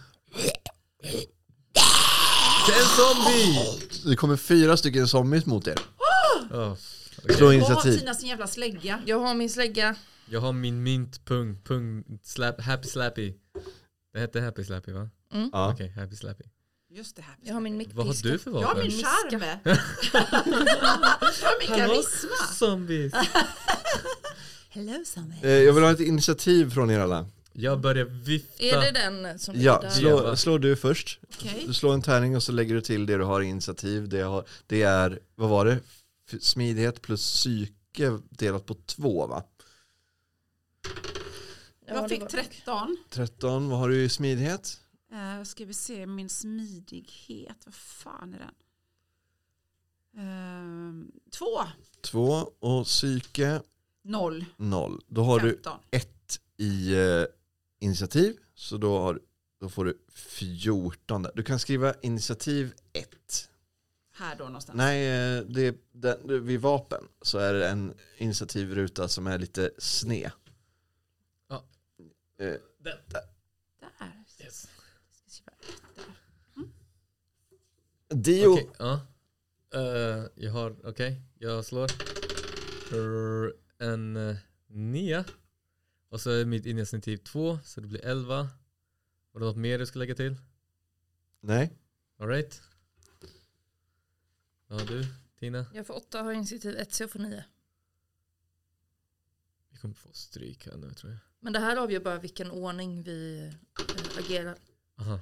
Speaker 4: Det är en zombie.
Speaker 1: Det kommer 4 stycken zombies mot er.
Speaker 4: Oh,
Speaker 1: Slå
Speaker 4: okay.
Speaker 2: Vad har
Speaker 1: initiativ.
Speaker 2: Tina sin jävla slägga?
Speaker 5: Jag har min slägga.
Speaker 4: Jag har min mynt Happy Slappy. Det hette Happy Slappy, va?
Speaker 1: Ja.
Speaker 4: Okej, Happy Slappy.
Speaker 2: Just det här.
Speaker 5: Jag har min
Speaker 4: Vad har du för
Speaker 2: Jag har
Speaker 4: vapen?
Speaker 2: min charm. Jag har min karisma.
Speaker 4: Zombies.
Speaker 2: Hello Sammy.
Speaker 1: Jag vill ha ett initiativ från er alla.
Speaker 4: Jag börjar vifta.
Speaker 5: Är det den som
Speaker 1: Ja,
Speaker 5: är där?
Speaker 1: slår du först.
Speaker 2: Okej.
Speaker 1: Du slår en tärning och så lägger du till det du har i initiativ. Det är, vad var det? Smidighet plus psyke delat på 2, va?
Speaker 5: Ja,
Speaker 2: Jag
Speaker 5: det
Speaker 2: fick
Speaker 5: var-
Speaker 2: 13.
Speaker 1: 13, vad har du i smidighet?
Speaker 2: Ska vi se min smidighet. Vad fan är den? 2.
Speaker 1: 2 och psyke
Speaker 2: 0.
Speaker 1: 0. Då har du
Speaker 2: 15.
Speaker 1: 1 i initiativ. Så då får du 14. Du kan skriva initiativ 1.
Speaker 2: Här då någonstans.
Speaker 1: Nej, vid vapen så är det en initiativruta som är lite sned.
Speaker 4: Ja.
Speaker 2: Där.
Speaker 4: Yes.
Speaker 2: Ska skriva ett där.
Speaker 1: Dio.
Speaker 4: Okej, ja. Jag slår en 9. Och så är mitt initiativ 2, så det blir 11. Var det något mer du ska lägga till?
Speaker 1: Nej.
Speaker 4: All right. Ja, du, Tina.
Speaker 5: Jag får 8, har initiativ 1 så jag får 9.
Speaker 4: Vi kommer få stryk här nu, tror jag.
Speaker 5: Men det här avgör bara vilken ordning vi agerar.
Speaker 4: Aha.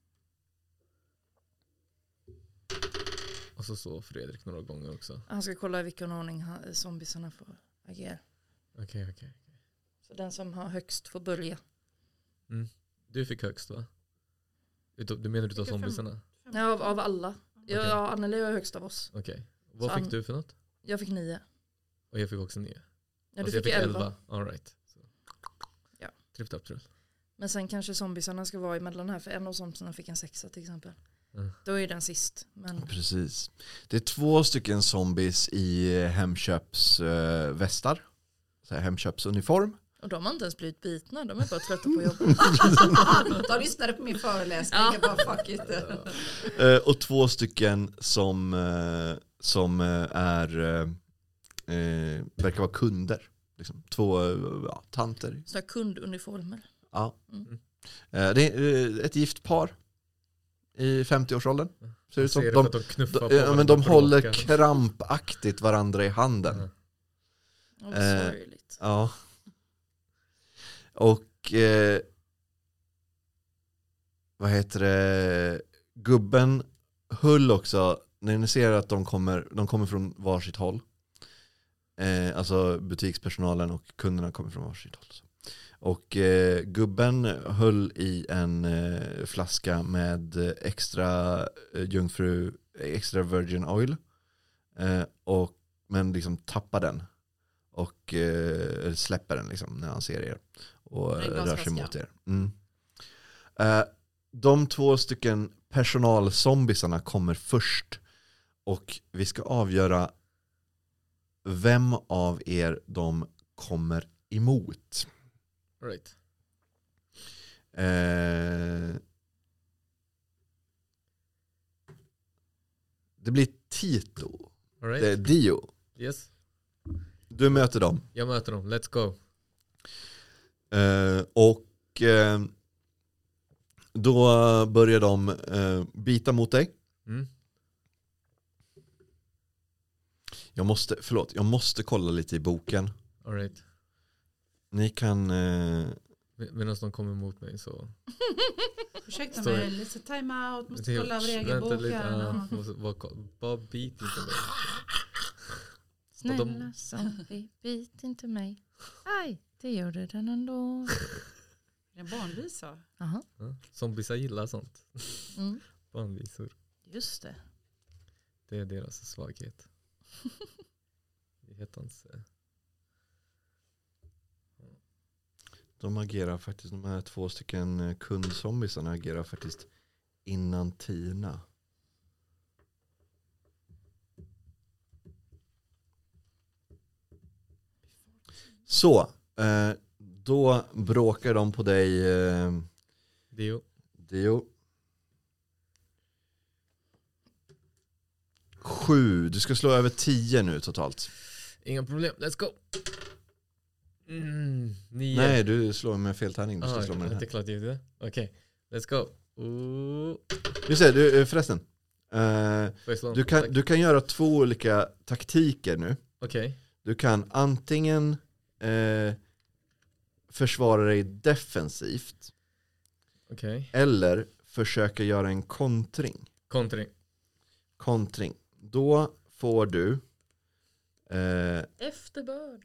Speaker 4: Och så Fredrik några gånger också.
Speaker 5: Han ska kolla i vilken ordning zombiesarna får agera.
Speaker 4: Okej.
Speaker 5: Så den som har högst får börja.
Speaker 4: Du fick högst, va? Du menar utav zombiesarna?
Speaker 5: Ja, av alla.
Speaker 4: Okej.
Speaker 5: Anneli var högst av oss.
Speaker 4: Okej. Vad
Speaker 5: Så
Speaker 4: fick du för något?
Speaker 5: Jag fick 9.
Speaker 4: Och jag fick också 9.
Speaker 5: Ja, du
Speaker 4: Alltså, jag
Speaker 5: fick 11.
Speaker 4: All right. Så.
Speaker 5: Ja.
Speaker 4: Tripped up, tror jag.
Speaker 5: Men sen kanske zombiesarna ska vara emellan här. För en av zombiesarna fick en 6 till exempel.
Speaker 4: Mm.
Speaker 5: Då är den sist. Men
Speaker 1: Precis. Det är 2 stycken zombies i Hemköpsvästar. Hemköpsuniform.
Speaker 5: och de har inte ens blivit bitna. De är bara trötta på jobbet.
Speaker 2: De lyssnade på min föreläsning. Jag bara fuck it.
Speaker 1: Och 2 stycken som verkar vara kunder. Liksom. 2 tanter.
Speaker 5: Så kunduniformer.
Speaker 1: Ja.
Speaker 5: Mm.
Speaker 1: Det är ett gift par i 50-årsåldern. Ser ut som.
Speaker 4: Ser det för att de knuffar på
Speaker 1: Men
Speaker 4: varandra
Speaker 1: de
Speaker 4: och
Speaker 1: håller
Speaker 4: bråkar.
Speaker 1: krampaktigt varandra i handen.
Speaker 4: Mm.
Speaker 5: Och sorgligt.
Speaker 1: Ja. Och vad heter det? Gubben höll också, när ni ser att de kommer från varsitt håll. Alltså butikspersonalen och kunderna kommer från varsitt håll. Och gubben höll i en flaska med extra virgin oil. Men liksom tappar den. Och släpper den liksom när han ser er. Och rör sig mot er. Mm. De 2 stycken personalzombisarna kommer först. Och vi ska avgöra vem av er de kommer emot.
Speaker 4: Right.
Speaker 1: Det blir Tito.
Speaker 4: All right.
Speaker 1: Det är Dio.
Speaker 4: Yes.
Speaker 1: Du möter dem.
Speaker 4: Jag möter dem. Let's go.
Speaker 1: Och då börjar de bita mot dig. Jag måste kolla lite i boken.
Speaker 4: All right.
Speaker 1: Ni kan...
Speaker 4: Medan de kommer mot mig så...
Speaker 2: Ursäkta mig, lite time-out, måste kolla över regelboken.
Speaker 4: Bara bit inte mig.
Speaker 5: Snälla zombie, bit inte mig. Aj, det gjorde den ändå.
Speaker 2: Det är en barnvisa.
Speaker 5: Aha.
Speaker 4: Ja, zombiesar gillar sånt. Barnvisor.
Speaker 5: Just det.
Speaker 4: Det är deras svaghet. Det heter inte...
Speaker 1: De agerar faktiskt, de här 2 stycken kundzombisarna agerar faktiskt innan Tina. Så, då bråkar de på dig. Dio. 7, du ska slå över 10 nu totalt.
Speaker 4: Inga problem, let's go. 9.
Speaker 1: Nej, du slår med fel tärning. Du ska slå med den här.
Speaker 4: Det är klart jag gjorde det. Okej, let's go.
Speaker 1: Just det, du, förresten. Du kan göra 2 olika taktiker nu.
Speaker 4: Okej.
Speaker 1: Du kan antingen försvara dig defensivt.
Speaker 4: Okej.
Speaker 1: Eller försöka göra en kontring. Kontring. Då får du
Speaker 5: efterbörd.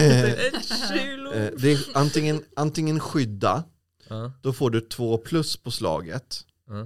Speaker 1: Det är antingen skydda. Då får du 2+ på slaget.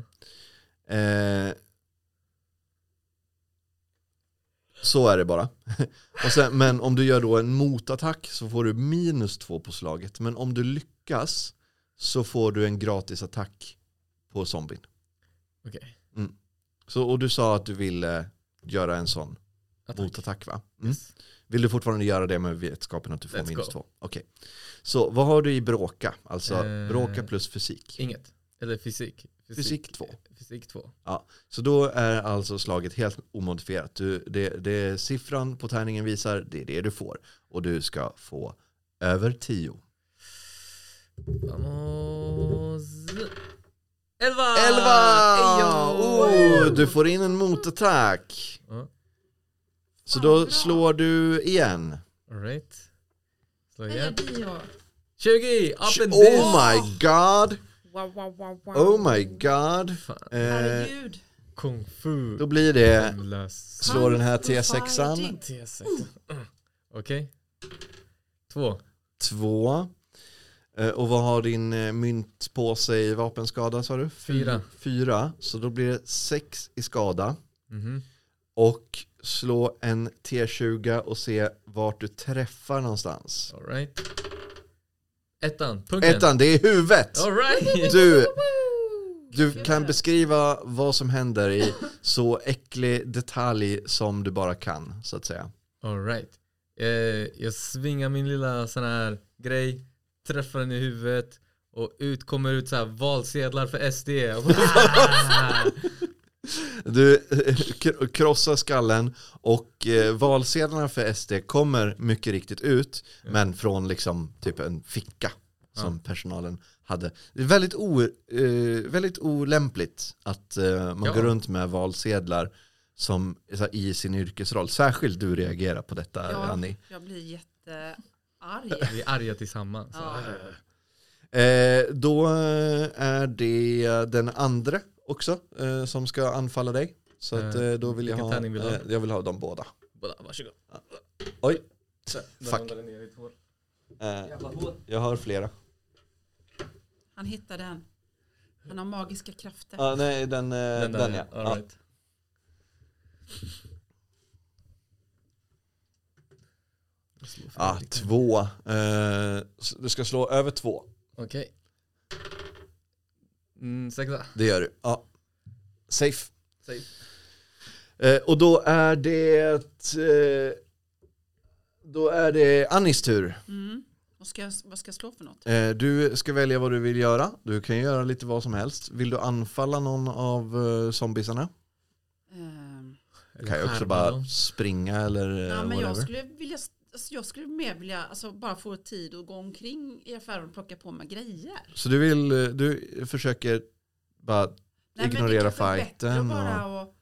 Speaker 1: Så är det bara. Och sen, men om du gör då en motattack så får du -2 på slaget. Men om du lyckas så får du en gratis attack på zombien.
Speaker 4: Okej.
Speaker 1: Så, och du sa att du ville göra en sån motattack, va? Yes. Vill du fortfarande göra det med vetskapen att du får -2? Okej. Så vad har du i bråka? Alltså bråka plus fysik.
Speaker 4: Inget. Eller fysik.
Speaker 1: Fysik 2.
Speaker 4: Fysik 2.
Speaker 1: Ja, så då är alltså slaget helt omodifierat. Det siffran på tärningen visar, det är det du får. Och du ska få över 10.
Speaker 4: Vamos.
Speaker 1: 11! Du får in en motattack. Så då slår du igen.
Speaker 4: All right. Slå
Speaker 2: igen.
Speaker 4: 20! Up and
Speaker 1: oh my god!
Speaker 5: Wow.
Speaker 1: Oh my god.
Speaker 2: Herregud.
Speaker 4: Kung fu.
Speaker 1: Då blir det... Slå den här T6an.
Speaker 4: T6. Okej. 2.
Speaker 1: Och vad har din mynt på sig i vapenskada, sa du? 4. Så då blir det 6 i skada. Och slå en T20 och se vart du träffar någonstans.
Speaker 4: All right. 1, punkten.
Speaker 1: 1, det är huvudet.
Speaker 4: All right.
Speaker 1: Du kan beskriva vad som händer i så äcklig detalj som du bara kan, så att säga.
Speaker 4: All right. Jag svingar min lilla sån här grej, träffar den i huvudet och kommer ut så här valsedlar för SD.
Speaker 1: Du krossar skallen och valsedlarna för SD kommer mycket riktigt ut, men från liksom typ en ficka som personalen hade. Det är väldigt olämpligt att man går runt med valsedlar som i sin yrkesroll. Särskilt du reagerar på detta, Annie.
Speaker 2: Jag blir jättearg.
Speaker 4: Vi är arga tillsammans.
Speaker 1: Då är det den andra också som ska anfalla dig. Så att, då vill jag vill ha dem båda.
Speaker 4: Varsågod.
Speaker 1: Oj. Fuck. Jag har flera.
Speaker 2: Han hittade den. Han har magiska krafter.
Speaker 1: Ja, nej, den ja.
Speaker 4: All right.
Speaker 1: Ja, 2. Du ska slå över 2.
Speaker 4: Okej. 6.
Speaker 1: Det gör du. Ja. Safe. Och då är det Annis tur.
Speaker 2: Vad ska jag slå för något?
Speaker 1: Du ska välja vad du vill göra. Du kan göra lite vad som helst. Vill du anfalla någon av zombisarna?
Speaker 2: Kan
Speaker 1: jag också bara springa eller
Speaker 2: men
Speaker 1: whatever?
Speaker 2: jag skulle vilja alltså, jag skulle mer vilja bara få tid att gå omkring i affären och plocka på mig grejer.
Speaker 1: Så du försöker bara ignorera fighten?
Speaker 2: Bara och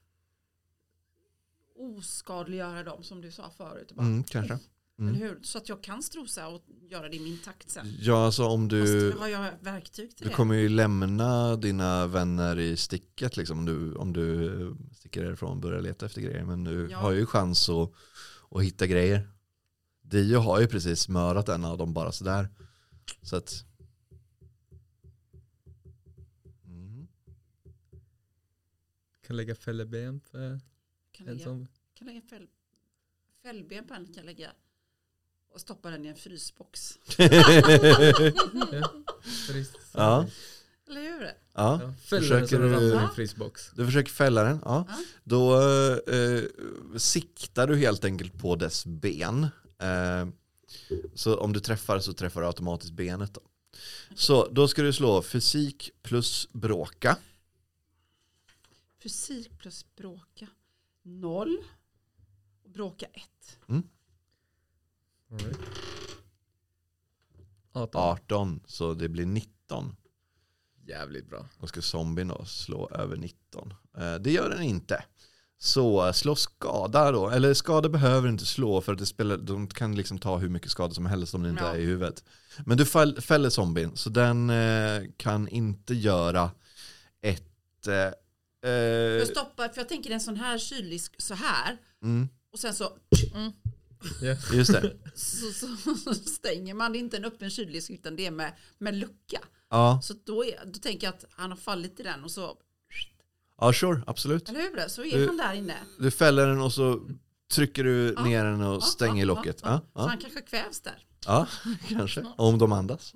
Speaker 2: oskadliggöra dem som du sa förut.
Speaker 1: Kanske.
Speaker 2: Eller hur? Så att jag kan strosa och göra det i min takt sen.
Speaker 1: Ja, alltså om du...
Speaker 2: Har jag verktyg till
Speaker 1: du
Speaker 2: det?
Speaker 1: kommer ju lämna dina vänner i sticket liksom, om du sticker därifrån och börjar leta efter grejer. Men du har ju chans att hitta grejer. Dio har ju precis mörat en av dem bara sådär. Så att...
Speaker 4: Kan lägga fälleben för en som...
Speaker 2: Kan lägga fällben på en, kan lägga och stoppa den i en frysbox.
Speaker 1: Ja.
Speaker 2: Eller hur?
Speaker 1: Ja.
Speaker 4: Försöker du en frysbox.
Speaker 1: Du försöker fälla den. Ja. Då siktar du helt enkelt på dess ben. Så om du träffar så träffar du automatiskt benet då. Så då ska du slå fysik plus bråka.
Speaker 2: Fysik plus bråka 0 och bråka 1.
Speaker 4: All right.
Speaker 1: 18, så det blir 19.
Speaker 4: Jävligt bra.
Speaker 1: Och ska zombien då slå över 19. Det gör den inte. Så slå skada då. Eller skada behöver inte slå för att de kan liksom ta hur mycket skada som helst om det inte är i huvudet. Men du fäller zombien, så den kan inte göra ett...
Speaker 2: Jag stoppar, för jag tänker en sån här kyldisk så här. Och sen så...
Speaker 1: Just det.
Speaker 2: Så stänger man. Det är inte en öppen kyldisk utan det är med lucka.
Speaker 1: Ja.
Speaker 2: Så då tänker jag att han har fallit i den och så...
Speaker 1: Ja, sure, absolut.
Speaker 2: Eller hur? Så är han där inne.
Speaker 1: Du fäller den och så trycker du ner den och stänger locket.
Speaker 2: Så han kanske kvävs där.
Speaker 1: Ja, kanske. Om de andas.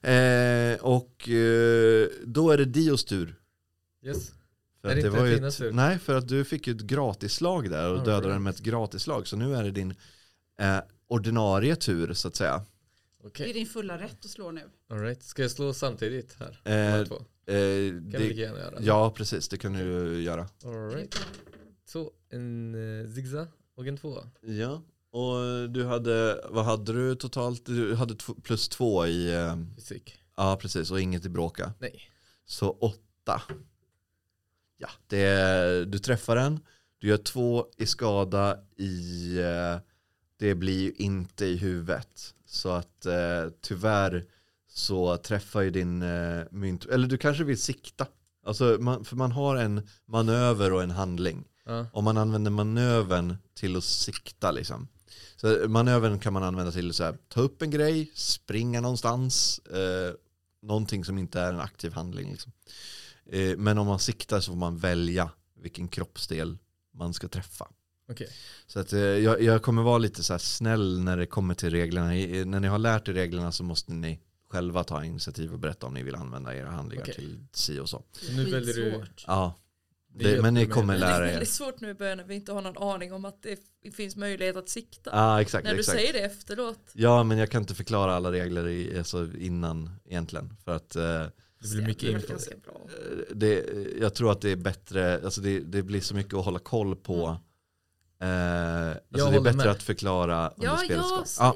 Speaker 1: Då är det Dios tur.
Speaker 4: Yes.
Speaker 1: För att det var ju nej, för att du fick ju ett gratislag där och dödade den med ett gratislag. Så nu är det din ordinarie tur, så att säga.
Speaker 2: Det är din fulla rätt att slå nu.
Speaker 4: All right. Ska jag slå samtidigt här? Kan vi gärna göra?
Speaker 1: Ja, precis. Det kan du göra.
Speaker 4: All right. Så en zigzag och en 2.
Speaker 1: Ja. Och du hade, vad hade du totalt? Du hade +2 i...
Speaker 4: fysik.
Speaker 1: Ja, precis. Och inget i bråka.
Speaker 4: Nej.
Speaker 1: Så 8. Ja, du träffar den. Du gör 2 i skada i... det blir ju inte i huvudet. Så att tyvärr så träffar ju din mynt... Eller du kanske vill sikta. Alltså för man har en manöver och en handling. Om man använder manövern till att sikta liksom. Så manövern kan man använda till så här, ta upp en grej, springa någonstans. Någonting som inte är en aktiv handling liksom. Men om man siktar så får man välja vilken kroppsdel man ska träffa.
Speaker 4: Okay.
Speaker 1: Så att jag kommer vara lite så här snäll när det kommer till reglerna. När ni har lärt er reglerna så måste ni själva ta initiativ och berätta om ni vill använda era handlingar till si och så.
Speaker 4: Nu väljer du...
Speaker 1: Ja. Men ni kommer lära er.
Speaker 5: Det är väldigt svårt nu i början när vi inte har någon aning om att det finns möjlighet att sikta.
Speaker 1: Ja, exakt.
Speaker 5: När du säger det efteråt.
Speaker 1: Ja, men jag kan inte förklara alla regler innan egentligen. För att
Speaker 4: det blir mycket info.
Speaker 1: Jag tror att det är bättre, alltså det blir så mycket att hålla koll på. Alltså det är bättre att förklara under spelskap.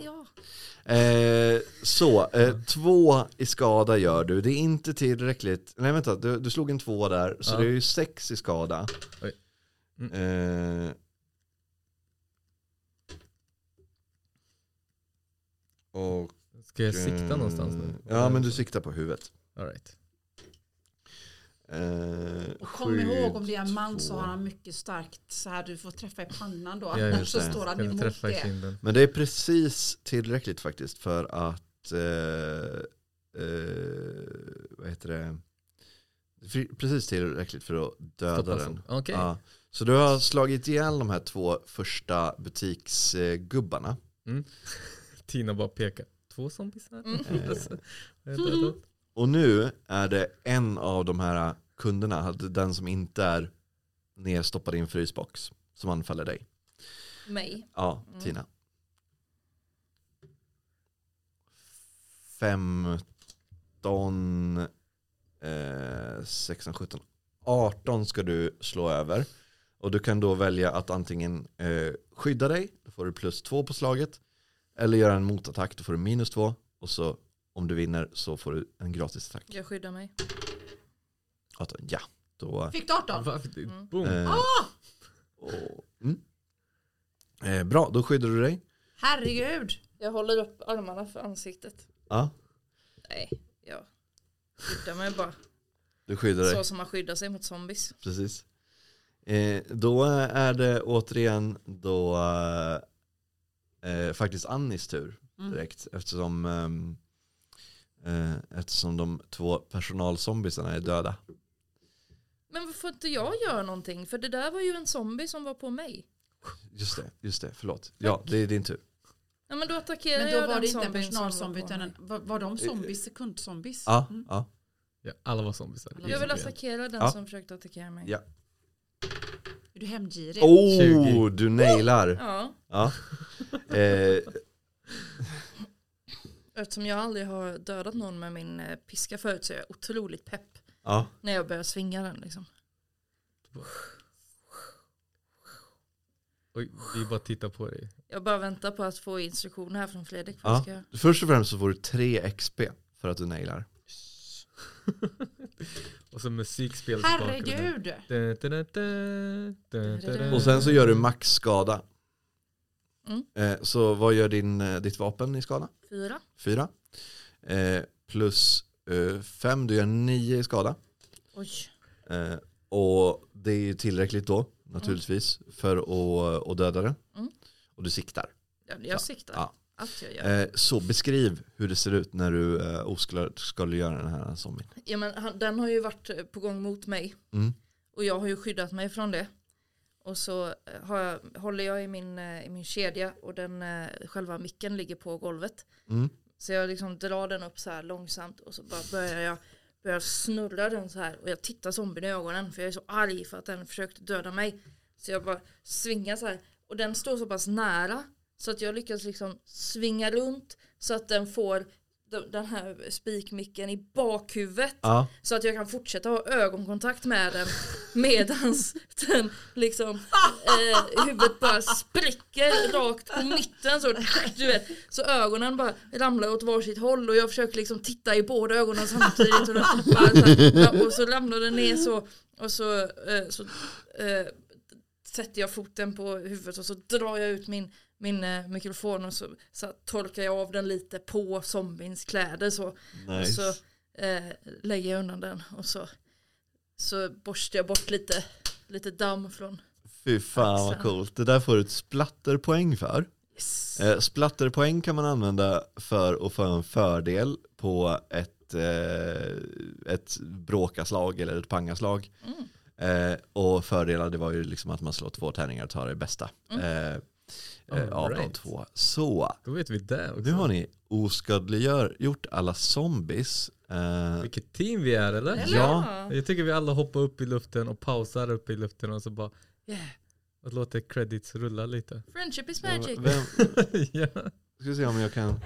Speaker 1: Så 2 i skada gör du. Det är inte tillräckligt. Nej vänta, du slog en 2 där. Så det är ju 6 i skada. Och
Speaker 4: ska jag sikta någonstans nu?
Speaker 1: Ja, men du siktar på huvudet.
Speaker 4: All right.
Speaker 2: Och kom ihåg, om det är en man så har han mycket starkt så här, du får träffa i pannan då.
Speaker 1: Ja,
Speaker 2: så står han emot det.
Speaker 1: Men det är precis tillräckligt faktiskt för att vad heter det? Precis tillräckligt för att döda den.
Speaker 4: Okay.
Speaker 1: Ja. Så du har slagit ihjäl de här 2 första butiksgubbarna.
Speaker 4: Tina bara pekar. 2 zombies här.
Speaker 1: Och nu är det en av de här kunderna, den som inte är nedstoppad i en frysbox, som anfaller dig.
Speaker 5: Mig?
Speaker 1: Ja, Tina. 15, 16, 17, 18 ska du slå över. Och du kan då välja att antingen skydda dig, då får du +2 på slaget. Eller göra en motattack, då får du -2. Och så om du vinner så får du en gratis attack.
Speaker 5: Jag skyddar mig.
Speaker 1: 18, ja. Då,
Speaker 2: Fick du 18?
Speaker 4: Boom.
Speaker 1: bra, då skyddar du dig.
Speaker 2: Herregud.
Speaker 5: Jag håller upp armarna för ansiktet.
Speaker 1: Ja,
Speaker 5: Nej, jag skyddar mig bara.
Speaker 1: du skyddar dig.
Speaker 5: Så som man skyddar sig mot zombies.
Speaker 1: Precis. Då är det återigen då faktiskt Annis tur direkt. Eftersom de 2 personalzombiesarna är döda.
Speaker 5: Men varför inte jag göra någonting? För det där var ju en zombie som var på mig.
Speaker 1: Just det, förlåt. Ja, det är din tur.
Speaker 5: Ja, men då attackerar
Speaker 2: Men
Speaker 5: jag
Speaker 2: då var
Speaker 5: den
Speaker 2: det inte en
Speaker 5: zombien
Speaker 2: personalzombie
Speaker 5: som var
Speaker 2: utan
Speaker 5: på mig.
Speaker 2: var de zombies, sekundzombies?
Speaker 1: Ja.
Speaker 4: Ja, alla var zombies.
Speaker 5: Jag vill attackera den som försökte attackera mig.
Speaker 1: Ja.
Speaker 2: Är du hemgirig?
Speaker 4: 20.
Speaker 1: Du nailar.
Speaker 5: Ja.
Speaker 1: Ja.
Speaker 5: Eftersom jag aldrig har dödat någon med min piska förut så är jag otroligt pepp
Speaker 1: Ja.
Speaker 5: när jag börjar svinga den liksom.
Speaker 4: Oj, vi bara tittar på dig.
Speaker 5: Jag bara väntar på att få instruktioner här från Fredrik.
Speaker 1: Ja. Först och främst så får du 3 XP för att du nailar.
Speaker 4: Och så musikspel.
Speaker 2: Herregud.
Speaker 1: Och sen så gör du maxskada.
Speaker 5: Mm.
Speaker 1: Så vad gör ditt vapen i skada?
Speaker 5: 4.
Speaker 1: 4. Plus 5, du gör 9 i skada.
Speaker 5: Oj.
Speaker 1: Och det är ju tillräckligt då, naturligtvis, för att döda det.
Speaker 5: Mm.
Speaker 1: Och du siktar.
Speaker 5: Ja, jag siktar.
Speaker 1: Ja.
Speaker 5: Att jag gör.
Speaker 1: Så beskriv hur det ser ut när du ska göra den här zombien.
Speaker 5: Ja, men den har ju varit på gång mot mig.
Speaker 1: Mm.
Speaker 5: Och jag har ju skyddat mig från det. Och så håller jag i min kedja och själva micken ligger på golvet.
Speaker 1: Mm.
Speaker 5: Så jag liksom drar den upp så här långsamt och så bara börjar snurra den så här. Och jag tittar zombien i ögonen för jag är så arg för att den försökte döda mig. Så jag bara svingar så här. Och den står så pass nära så att jag lyckas liksom svinga runt så att den får den här spikmicken i bakhuvudet.
Speaker 1: Ja.
Speaker 5: Så att jag kan fortsätta ha ögonkontakt med den medans den liksom huvudet bara spricker rakt på mitten så du vet, så ögonen bara ramlar åt varsitt håll och jag försöker liksom titta i båda ögonen samtidigt och så ramlar den ner så och så sätter jag foten på huvudet och så drar jag ut min mikrofon och så torkar jag av den lite på zombiens kläder så.
Speaker 1: Nice.
Speaker 5: Och så lägger jag undan den och så borstar jag bort lite damm från.
Speaker 1: Fy fan vad coolt. Det där får du ett splatterpoäng för.
Speaker 5: Yes.
Speaker 1: Splatterpoäng kan man använda för att få en fördel på ett bråkaslag eller ett pangaslag. Och fördelar det var ju liksom att man slår 2 tärningar och tar det bästa. Av de 2. Så.
Speaker 4: Då vet vi det också.
Speaker 1: Nu har ni oskadliggjort alla zombies.
Speaker 4: Vilket team vi är, eller?
Speaker 1: Ja.
Speaker 4: Jag tycker vi alla hoppar upp i luften och pausar upp i luften och så bara
Speaker 5: Yeah.
Speaker 4: och låter credits rulla lite.
Speaker 5: Friendship is magic.
Speaker 4: Ja.
Speaker 1: Ska vi se om jag kan.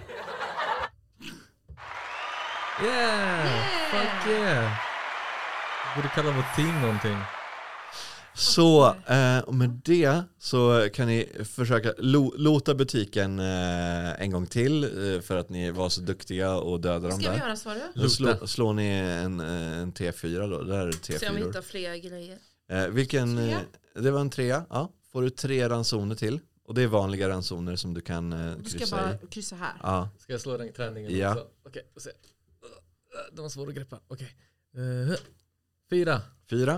Speaker 4: Yeah! Fuck yeah! Borde kalla vårt team någonting.
Speaker 1: Så med det så kan ni försöka lota butiken en gång till för att ni var så duktiga och dödade dem
Speaker 2: Ska vi
Speaker 1: där.
Speaker 2: göra så
Speaker 1: Då slår ni en T4 då. Där är det T4.
Speaker 5: Så jag hittar fler grejer.
Speaker 1: Det var en 3. Ja, får du 3 ransoner till. Och det är vanliga ransoner som du kan
Speaker 2: Du ska
Speaker 1: kryssa
Speaker 2: bara
Speaker 1: i.
Speaker 2: kryssa här.
Speaker 1: Ja.
Speaker 4: Ska jag slå den träningen
Speaker 1: Ja.
Speaker 4: också? Okej, och se. De var svåra att greppa. Okej. 4.
Speaker 1: 4.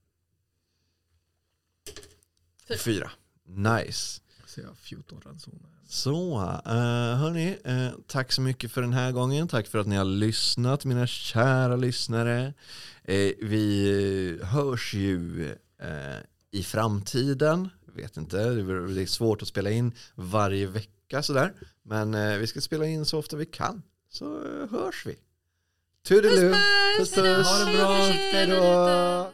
Speaker 1: 4. Nice.
Speaker 4: Så jag har 14 ransoner.
Speaker 1: Så, hörni, tack så mycket för den här gången. Tack för att ni har lyssnat, mina kära lyssnare. Vi hörs ju i framtiden. Vet inte, det är svårt att spela in varje vecka sådär. Men vi ska spela in så ofta vi kan. Så hörs vi. Toodaloo. Puss puss.
Speaker 5: Ha det bra.
Speaker 1: Hej då.